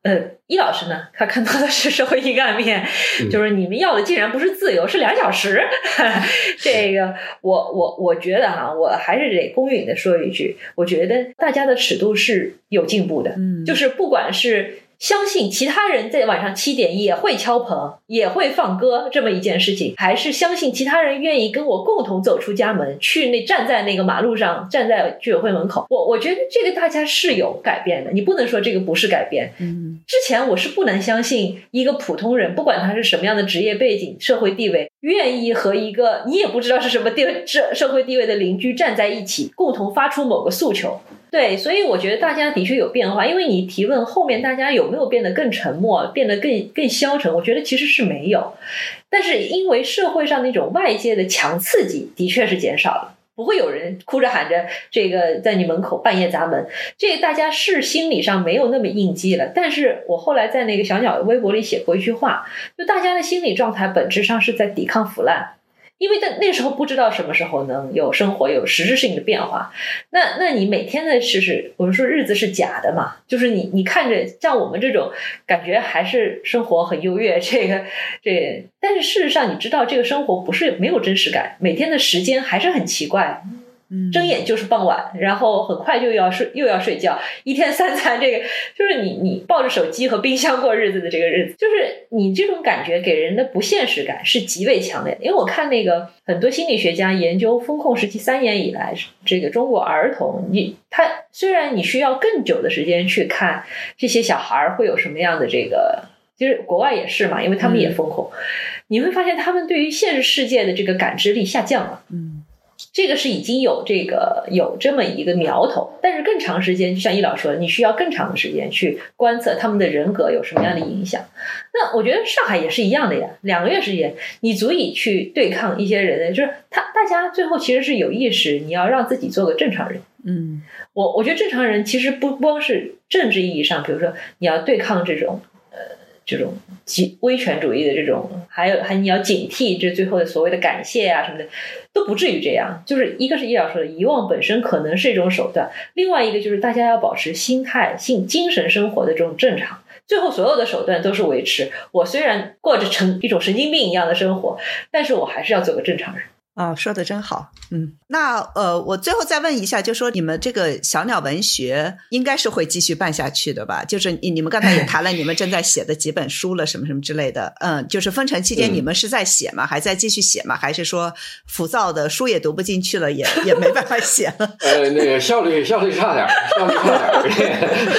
呃，易老师呢，他看到的是社会阴暗面，嗯、就是你们要的竟然不是自由，是两小时。这个，我我我觉得哈，我还是得公允的说一句，我觉得大家的尺度是有进步的，嗯，就是不管是相信其他人在晚上七点也会敲棚也会放歌这么一件事情，还是相信其他人愿意跟我共同走出家门，去那站在那个马路上，站在居委会门口，我我觉得这个大家是有改变的，你不能说这个不是改变。嗯，之前我是不能相信一个普通人，不管他是什么样的职业背景社会地位，愿意和一个你也不知道是什么地位社社会地位的邻居站在一起，共同发出某个诉求。对，所以我觉得大家的确有变化，因为你提问后面大家有没有变得更沉默，变得更更消沉，我觉得其实是没有，但是因为社会上那种外界的强刺激的确是减少了，不会有人哭着喊着这个在你门口半夜砸门，这个大家是心理上没有那么应激了。但是我后来在那个小鸟微博里写过一句话，就大家的心理状态本质上是在抵抗腐烂，因为那时候不知道什么时候能有生活有实质性的变化，那那你每天的是是我们说日子是假的嘛，就是你你看着像我们这种感觉还是生活很优越，这个这但是事实上你知道这个生活不是没有真实感，每天的时间还是很奇怪。睁眼就是傍晚，然后很快就要睡又要睡觉，一天三餐，这个就是你你抱着手机和冰箱过日子的这个日子，就是你这种感觉给人的不现实感是极为强烈的。因为我看那个很多心理学家研究风控时期三年以来这个中国儿童，你他虽然你需要更久的时间去看这些小孩会有什么样的这个，其实国外也是嘛，因为他们也风控、嗯、你会发现他们对于现实世界的这个感知力下降了。嗯，这个是已经有这个有这么一个苗头，但是更长时间就像易老说的，你需要更长的时间去观测他们的人格有什么样的影响。那我觉得上海也是一样的呀，两个月时间你足以去对抗一些人，就是他大家最后其实是有意识你要让自己做个正常人。嗯，我我觉得正常人其实不不光是政治意义上，比如说你要对抗这种呃这种威权主义的这种，还有还你要警惕这最后的所谓的感谢啊什么的，都不至于这样。就是一个是易老说的遗忘本身可能是一种手段，另外一个就是大家要保持心态性精神生活的这种正常，最后所有的手段都是维持我虽然过着成一种神经病一样的生活，但是我还是要做个正常人。 哦，说的真好。嗯，那呃，我最后再问一下，就说你们这个小鸟文学应该是会继续办下去的吧？就是你你们刚才也谈了你们正在写的几本书了，什么什么之类的。嗯，就是封城期间你们是在写吗？嗯、还在继续写吗？还是说浮躁的书也读不进去了，也也没办法写了？ 呃，那个效率效率差点，效率差点。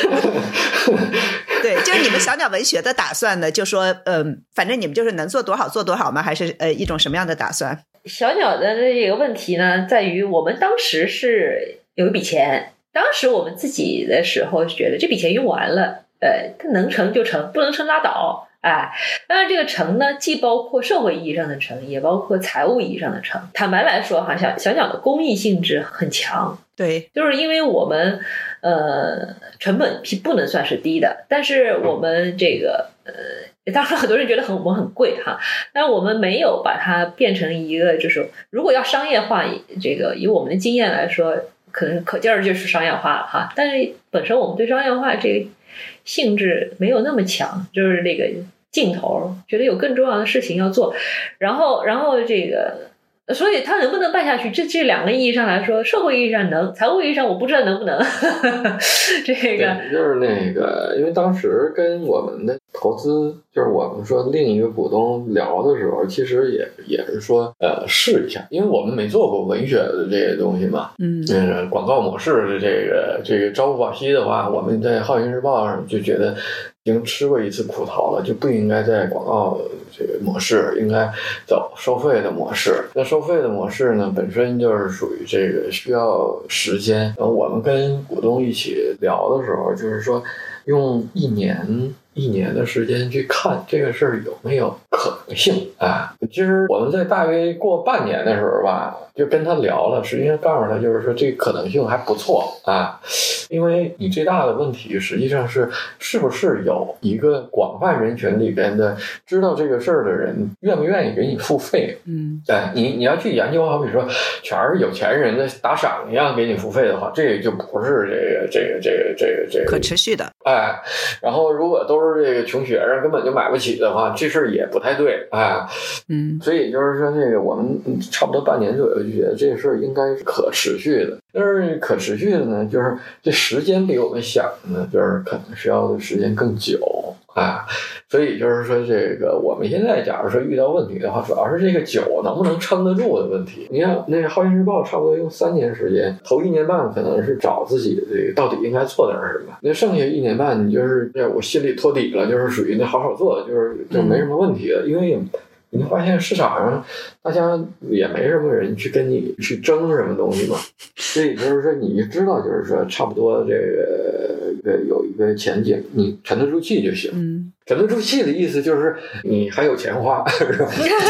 对，就是你们小鸟文学的打算呢，就说嗯、呃，反正你们就是能做多少做多少吗？还是呃一种什么样的打算？ 小鸟的这个问题呢，在于我们当时是有一笔钱，当时我们自己的时候觉得这笔钱用完了，呃，能成就成，不能成拉倒。哎，当然这个成呢，既包括社会意义上的成，也包括财务意义上的成。坦白来说哈，小小鸟的公益性质很强。 对， 就是因为我们呃成本是不能算是低的，但是我们这个呃。当然很多人觉得很我们很贵哈，但我们没有把它变成一个就是如果要商业化，这个以我们的经验来说可能可劲儿就是商业化了哈，但是本身我们对商业化这个性质没有那么强，就是那个劲头觉得有更重要的事情要做，然后然后这个所以它能不能办下去，这这两个意义上来说，社会意义上能，财务意义上我不知道能不能这个就是那个因为当时跟我们的投资就是我们说另一个股东聊的时候，其实也也是说呃试一下，因为我们没做过文学的这些东西嘛，嗯，呃、广告模式的这个这个朝不保夕的话，我们在浩信日报上就觉得已经吃过一次苦头了，就不应该在广告这个模式，应该走收费的模式。那收费的模式呢，本身就是属于这个需要时间。然后我们跟股东一起聊的时候，就是说用一年一年的时间去看这个事儿有没有可能性啊。其实我们在大约过半年的时候吧，就跟他聊了，实际上告诉他就是说这个可能性还不错啊，因为你最大的问题实际上是是不是有一个广泛人群里边的知道这个事儿的人愿不愿意给你付费？ 嗯， 哎，你你要去研究，好比说全是有钱人的打赏一样给你付费的话，这个就不是这个这个这个这个这个可持续的。 哎，然后如果都是这个穷学生根本就买不起的话，这事儿也不太对，哎，嗯，所以就是说那个我们差不多半年左右就觉得这个事儿应该是可持续的。但是可持续的呢，就是这时间比我们想的呢，就是可能需要的时间更久啊，所以就是说这个我们现在假如说遇到问题的话，主要是这个酒能不能撑得住的问题。你看那个《浩信日报》差不多用三年时间，头一年半可能是找自己这个到底应该做点什么，那剩下一年半你就是我心里托底了，就是属于那好好做，就是就没什么问题了，因为你发现市场上大家也没什么人去跟你去争什么东西嘛，所以就是说你知道就是说差不多这个一个有一个前景，你沉得住气就行。嗯，沉得住气的意思就是你还有钱花，是吧？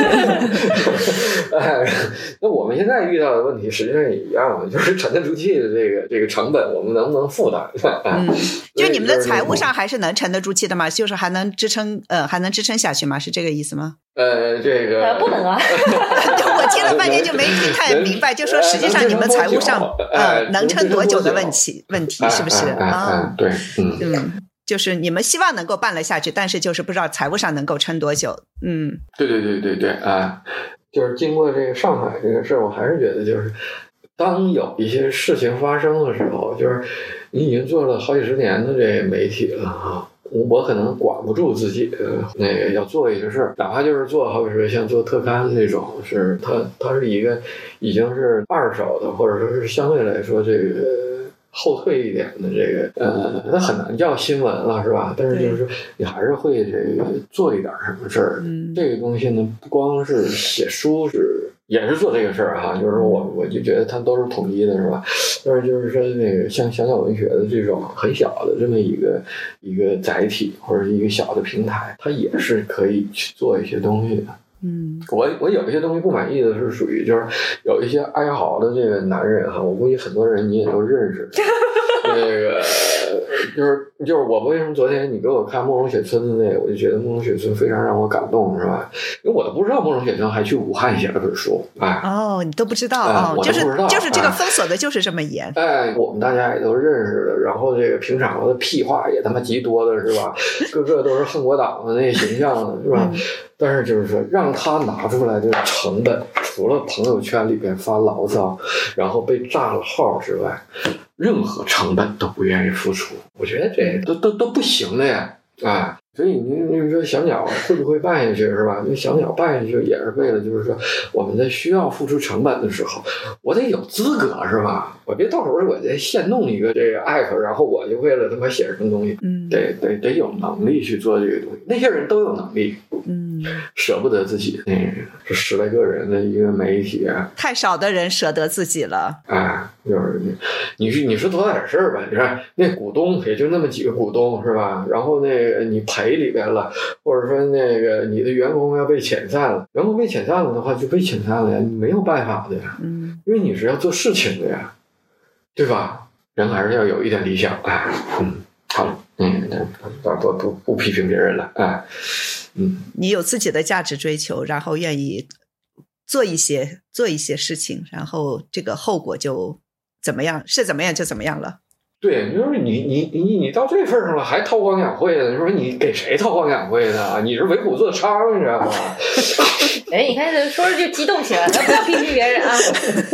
哎，那我们现在遇到的问题实际上也一样的，就是沉得住气的这个这个成本，我们能不能负担？ 嗯，就你们的财务上还是能沉得住气的吗？就是还能支撑呃还能支撑下去吗？是这个意思吗？ 呃，这个、 呃、不能啊。 我听了半天就没听太明白，就说实际上你们财务上呃能撑多久的问题问题是不是啊、 哦？对，嗯嗯，就是你们希望能够办了下去，但是就是不知道财务上能够撑多久。嗯， 对对对对对啊，就是经过这个上海这个事儿，我还是觉得就是当有一些事情发生的时候，就是你已经做了好几十年的这个媒体了啊。我可能管不住自己，呃，那个要做一个事儿，哪怕就是做，好比说像做特刊这种，是它它是一个已经是二手的，或者说是相对来说这个后退一点的这个，呃，它很难叫新闻了，是吧？但是就是说你还是会这个做一点什么事儿。嗯，这个东西呢，不光是写书是。也是做这个事儿哈，就是说我我就觉得它都是统一的，是吧？但是就是说那个像小小文学的这种很小的这么一个一个载体或者是一个小的平台，它也是可以去做一些东西的。嗯，我我有一些东西不满意的是属于就是有一些哀嚎的这个男人哈，我估计很多人你也都认识。那个就是就是我为什么昨天你给我看《慕容雪村》的那个，我就觉得《慕容雪村》非常让我感动，是吧？因为我都不知道慕容雪村还去武汉写了本书，哎， 哦，你都不知道哦， 哎、就是就是这个封锁的就是这么严， 哎，我们大家也都认识的，然后这个平常的屁话也他妈极多的是吧？个个都是恨国党的那形象是吧？嗯，但是就是说让他拿出来的成本，除了朋友圈里边发牢骚，然后被炸了号之外。任何成本都不愿意付出，我觉得这都都都不行的呀，啊！所以你你说小鸟会不会办下去是吧？那小鸟办下去也是为了就是说我们在需要付出成本的时候，我得有资格是吧？我别到时候我再现弄一个这个 app， 然后我就为了他妈写什么东西，嗯，得得得有能力去做这个东西。那些人都有能力，嗯，舍不得自己那个是十来个人的一个媒体啊， 太少的人舍得自己了， 哎，就是你你是你说多大点事儿吧？你看那股东也就那么几个股东是吧？然后那个你赔里边了，或者说那个你的员工要被遣散了，员工被遣散了的话就被遣散了呀，你没有办法的呀，嗯，因为你是要做事情的呀，对吧？人还是要有一点理想，哎，嗯，好了，嗯，不不不不批评别人了，哎，嗯， 你有自己的价值追求，然后愿意做一些做一些事情，然后这个后果就怎么样，是怎么样就怎么样了。 对，你说你你你你到这份上了，还韬光养晦的，你说你给谁韬光养晦呢？你是为虎作伥，你知道吗？ 哎，你看说着就激动起来了，不要批评别人啊！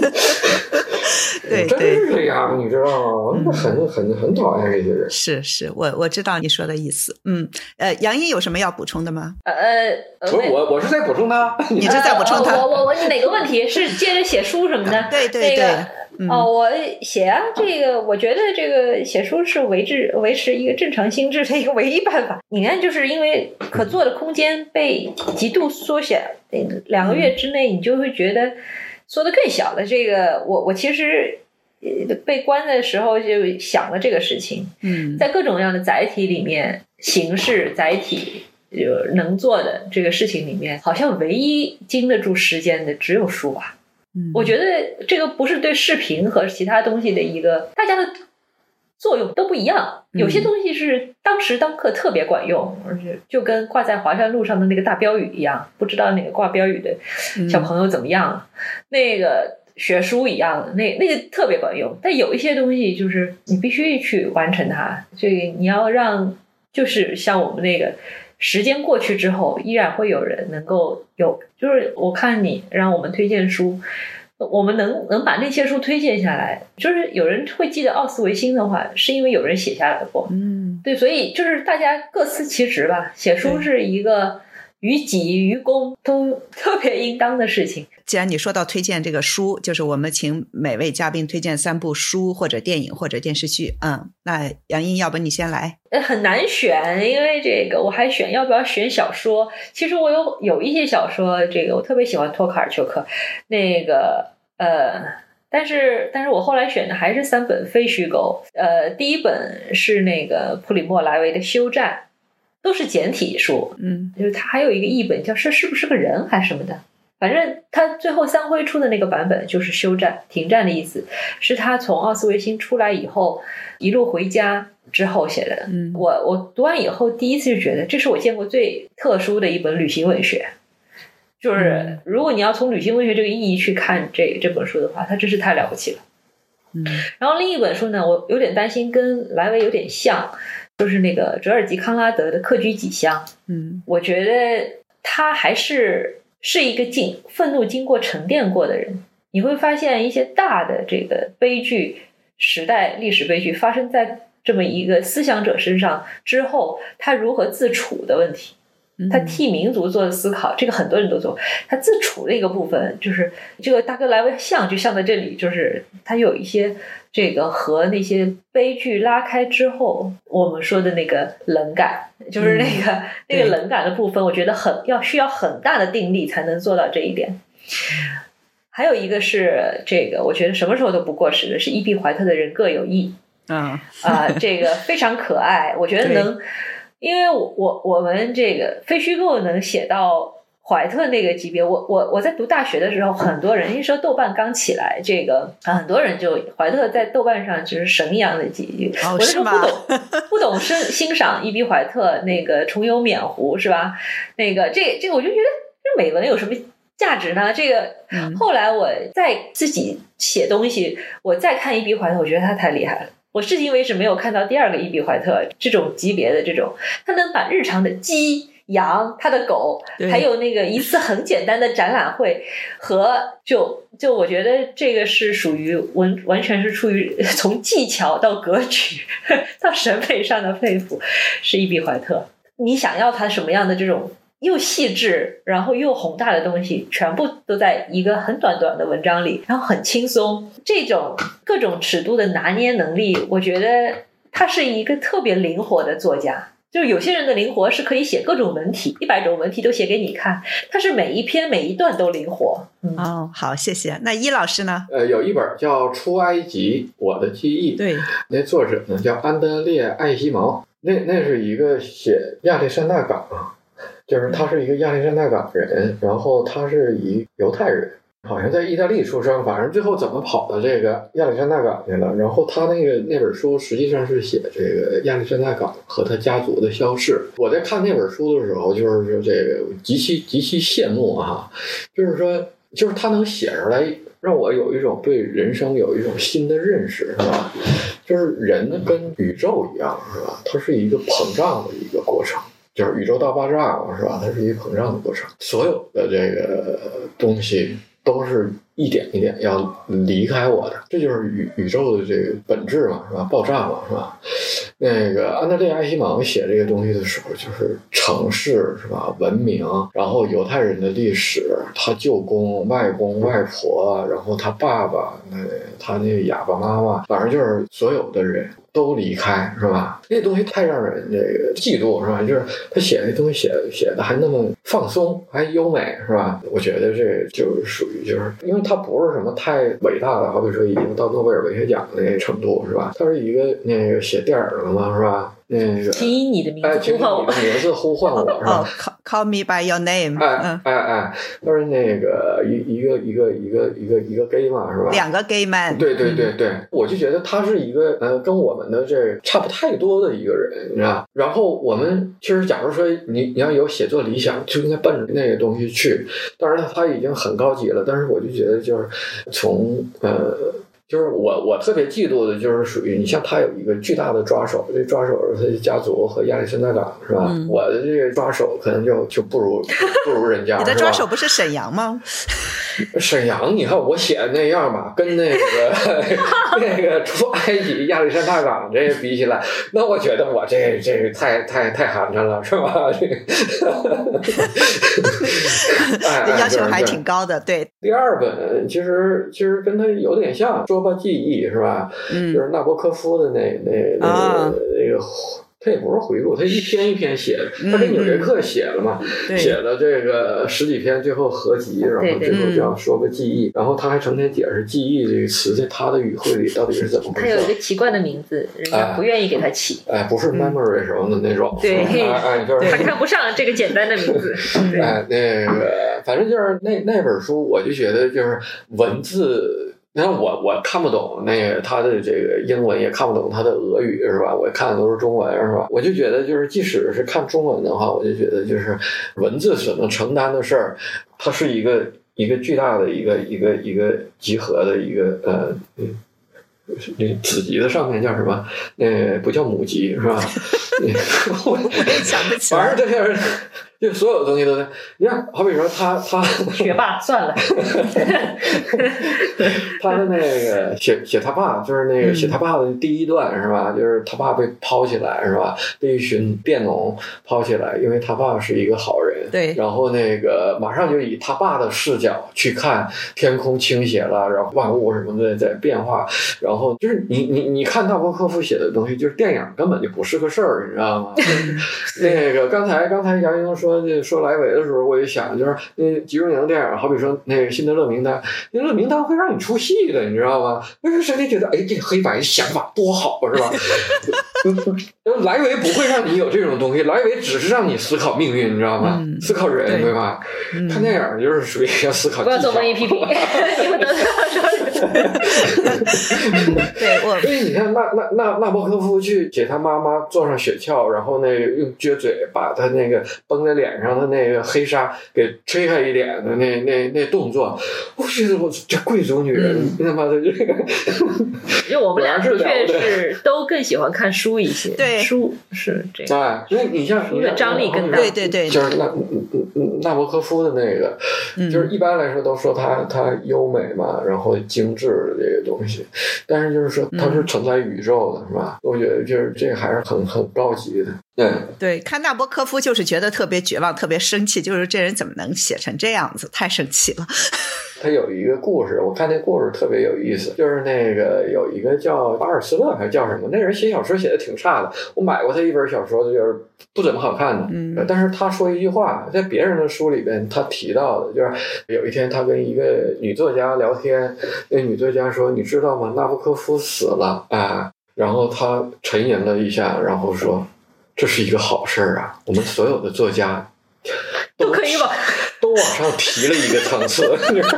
对， 真是这样，你知道吗？我很很很讨厌这些人。 是是，我我知道你说的意思。嗯，呃，杨一有什么要补充的吗？ 呃， 不是我，我是在补充他， 你是在补充他。 呃、我我我，你哪个问题是接着写书什么的？ 对对对。 那个嗯、哦，我写啊，这个我觉得这个写书是维持维持一个正常心智的一个唯一办法。你看，就是因为可做的空间被极度缩小，两个月之内你就会觉得缩得更小了。这个我我其实被关的时候就想了这个事情。嗯，在各种各样的载体里面，形式载体呃能做的这个事情里面，好像唯一经得住时间的只有书吧。 嗯， 我觉得这个不是对视频和其他东西的一个，大家的作用都不一样。有些东西是当时当刻特别管用，而且就跟挂在华山路上的那个大标语一样，不知道那个挂标语的小朋友怎么样，嗯、那个学书一样，那那个特别管用。但有一些东西就是你必须去完成它，所以你要让，就是像我们那个时间过去之后，依然会有人能够有，就是我看你让我们推荐书。我们能能把那些书推荐下来，就是有人会记得奥斯维辛的话，是因为有人写下来过。 嗯， 对，所以就是大家各司其职吧。写书是一个于己于公都特别应当的事情。 既然你说到推荐这个书，就是我们请每位嘉宾推荐三部书或者电影或者电视剧。嗯，那杨茵，要不你先来？ 呃，很难选，因为这个我还选要不要选小说。其实我有有一些小说，这个我特别喜欢托卡尔丘克，那个呃，但是但是我后来选的还是三本非虚构。呃，第一本是那个普里莫莱维的《休战》，都是简体书， 嗯， 就是他还有一个译本叫是是不是个人还是什么的。反正他最后三辉出的那个版本就是休战，停战的意思，是他从奥斯维辛出来以后一路回家之后写的。 嗯， 我我读完以后第一次就觉得这是我见过最特殊的一本旅行文学，就是如果你要从旅行文学这个意义去看这这本书的话，它真是太了不起了。 嗯， 然后另一本书呢，我有点担心跟莱维有点像，就是那个折尔吉康拉德的《客居几乡》。 嗯， 我觉得他还是是一个经愤怒经过沉淀过的人。你会发现一些大的这个悲剧，时代历史悲剧发生在这么一个思想者身上之后，他如何自处的问题，他替民族做的思考，这个很多人都做。他自处的一个部分，就是这个大哥莱维像就像在这里，就是他有一些这个和那些悲剧拉开之后，我们说的那个冷感，就是那个、嗯、那个冷感的部分，我觉得很要需要很大的定力才能做到这一点。还有一个是这个，我觉得什么时候都不过时的，是伊碧怀特的人各有异。 嗯啊、呃，这个非常可爱，我觉得能。因为我我我们这个非虚构能写到怀特那个级别，我我我在读大学的时候，很多人那时候豆瓣刚起来，这个啊很多人就怀特在豆瓣上就是神一样的几句。 哦、 我那时候不懂不懂欣欣赏伊比怀特那个重游缅湖是吧？那个这这个我就觉得这美文有什么价值呢？这个后来我再自己写东西，我再看伊比怀特，我觉得他太厉害了。我至今为止没有看到第二个伊比怀特这种级别的这种，他能把日常的鸡、羊、他的狗，还有那个一次很简单的展览会和就就我觉得这个是属于完完全是出于从技巧到格局到审美上的佩服，是伊比怀特。你想要他什么样的这种又细致然后又宏大的东西，全部都在一个很短短的文章里，然后很轻松。这种各种尺度的拿捏能力，我觉得他是一个特别灵活的作家。就是有些人的灵活是可以写各种文体，一百种文体都写给你看，他是每一篇每一段都灵活。嗯、 哦，好，谢谢。那伊老师呢？ 呃，有一本叫《出埃及：我的记忆》， 对， 那作者呢叫安德烈·艾希毛，那那是一个写亚历山大港。就是他是一个亚历山大港人，然后他是一犹太人，好像在意大利出生，反正最后怎么跑到这个亚历山大港去了。然后他那个那本书实际上是写这个亚历山大港和他家族的消逝。我在看那本书的时候，就是说这个极其极其羡慕啊，就是说就是他能写出来，让我有一种对人生有一种新的认识，是吧？就是人跟宇宙一样，是吧？它是一个膨胀的一个过程。就是宇宙大爆炸嘛，是吧？它是一个膨胀的过程，所有的这个东西都是一点一点要离开我的，这就是宇宇宙的这个本质嘛，是吧？爆炸嘛，是吧？那个安德烈·艾希芒写这个东西的时候，就是城市是吧？文明，然后犹太人的历史，他舅公、外公、外婆，然后他爸爸，那他那个哑巴妈妈，反正就是所有的人都离开，是吧？那东西太让人这个嫉妒，是吧？就是他写那东西写写的还那么放松，还优美，是吧？我觉得这就是属于就是，因为他不是什么太伟大的，好比说已经到诺贝尔文学奖的那个程度，是吧？他是一个那个写电影的嘛，是吧？ 那个听你的名字呼唤我， 哎、你的名字呼唤我是吧？ 哦、oh, ，Call me by your name。 哎哎哎，都是那个一一个一个一个一个一个 gay 嘛，是吧？ 两个 gay man。 对对对对，嗯、我就觉得他是一个呃，跟我们的这差不太多的一个人，你知道？然后我们其实，假如说你你要有写作理想，就应该奔着那个东西去。当然，他已经很高级了，但是我就觉得就是从呃。就是我，我特别嫉妒的，就是属于你像他有一个巨大的抓手，这抓手是他的家族和亚历山大港，是吧？嗯、我的这个抓手可能就就不如不如人家。 你的抓手不是沈阳吗？ 沈阳，你看我写的那样吧，跟那个那个出埃及亚历山大港这比起来，那我觉得我这这太太太寒碜了，是吧？ 哎、要求还挺高的，对。 第二本其实其实跟他有点像，说吧记忆是吧？嗯，就是纳博科夫的那那那个、啊、那个。他也不是回顾，他一篇一篇写的，他给纽约客写了嘛， 嗯、 写了这个十几篇，最后合集，然后最后叫说个记忆，然后他还成天解释记忆这个词在他的语汇里到底是怎么回事。 他有一个奇怪的名字，人家不愿意给他起。 哎，哎不是 memory 什么的那种。 对， 哎哎，就是他看不上这个简单的名字。 哎，那个反正就是那那本书，我就觉得就是文字。你看我我看不懂那个他的这个英文，也看不懂他的俄语是吧？我看的都是中文是吧？我就觉得就是即使是看中文的话，我就觉得就是文字所能承担的事儿，它是一个一个巨大的一个一个一个集合的一个呃嗯。那子集的上面叫什么？那不叫母集是吧？ 我也想不起来。 反正这样，就所有的东西都在。你看，好比说他他学霸算了， 他的那个写写他爸，就是那个写他爸的第一段、嗯、是吧？就是他爸被抛起来是吧？被一群佃农抛起来，因为他爸是一个好人。 对。 然后那个马上就以他爸的视角去看天空倾斜了，然后万物什么的在变化，然后。然后就是你你你看纳博科夫写的东西，就是电影根本就不是个事儿，你知道吗？那个刚才刚才杨英说说莱维的时候，我也想，就是那吉如宁电影，好比说那个《辛德勒名单》，辛德勒名单会让你出戏的，你知道吗？那个谁就觉得，哎，这个黑白想法多好，是吧？莱维不会让你有这种东西，莱维只是让你思考命运，你知道吗？嗯、思考人， 对, 对吧？嗯、看电影就是属于要思考技巧。 不要做文艺批评，你们得罪了。 对，我所以你看纳纳纳纳博科夫去给他妈妈做上雪橇，然后那个用撅嘴把他那个绷在脸上的那个黑纱给吹开一点的那那那动作，我觉得我这贵族女人他妈的这个， 因为我们俩的确是都更喜欢看书一些， 对， 书是这样， 哎，因为你像书的张力更大， 对对对， 就是纳纳博科夫的那个，就是一般来说都说他他优美嘛，然后精致的这个东西。但是就是说它是存在宇宙的、嗯、是吧？我觉得就是这个还是很很高级的。对对，看纳博科夫就是觉得特别绝望，特别生气，就是这人怎么能写成这样子，太生气了。 他有一个故事，我看那故事特别有意思，就是那个有一个叫巴尔斯勒还是叫什么，那人写小说写的挺差的，我买过他一本小说，就是不怎么好看的。嗯，但是他说一句话，在别人的书里边他提到的，就是有一天他跟一个女作家聊天，那女作家说：“你知道吗？纳博科夫死了啊！”然后他沉吟了一下，然后说：“这是一个好事啊，我们所有的作家都, 都可以吧。” 都往上提了一个层次，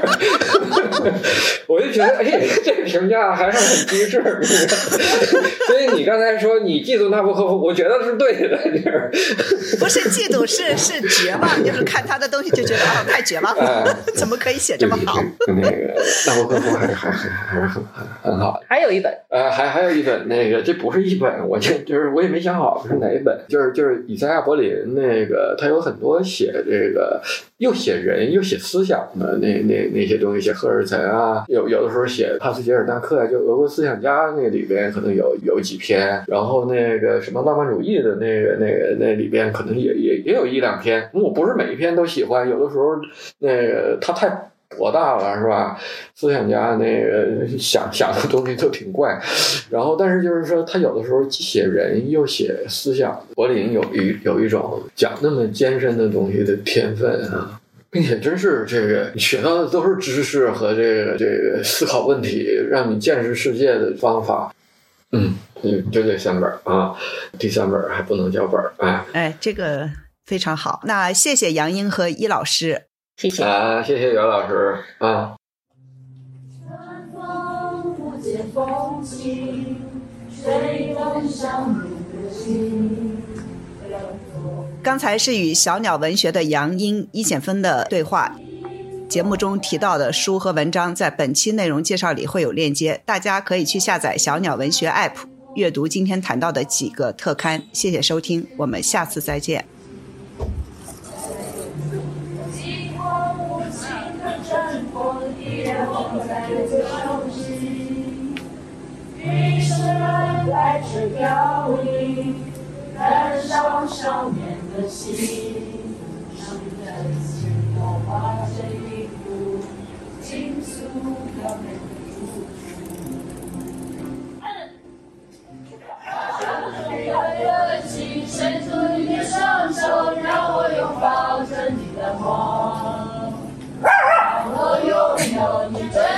我就觉得，哎，这个评价还是很机智。所以你刚才说你嫉妒纳博科夫，我觉得是对的。 不是嫉妒，是是绝望，就是看他的东西就觉得啊、哦，太绝望了，哎、怎么可以写这么好？ 那个纳博科夫还是还还还是很很很好的。 还有一本， 呃，还还有一本，那个这不是一本，我就就是我也没想好是哪一本，就是就是以赛亚柏林那个，他有很多写这个。又写人又写思想的那那那些东西，写赫尔岑啊，有有的时候写帕斯捷尔纳克，就俄国思想家那里边可能有有几篇，然后那个什么浪漫主义的那个那个那里边可能也也也有一两篇。我不是每一篇都喜欢，有的时候那个他太博大了，是吧？思想家那个想想的东西都挺怪，然后但是就是说他有的时候既写人又写思想。柏林有一有一种讲那么艰深的东西的天分啊，并且真是这个你学到的都是知识和这个这个思考问题，让你见识世界的方法。嗯， 嗯，这就三本啊，第三本还不能叫本哎。 哎，这个非常好。那谢谢杨英和伊老师， 谢谢啊，谢谢袁老师啊。 刚才是与小鸟文学的杨英、伊显芬的对话。节目中提到的书和文章在本期内容介绍里会有链接，大家可以去下载小鸟文学 App 阅读今天谈到的几个特刊。谢谢收听，我们下次再见。 于是人带着凋零，燃烧少年的心，上人心我化成一幅倾诉表面的祝福。热情伸出你的双手，让我拥抱着你的梦，让我拥有你的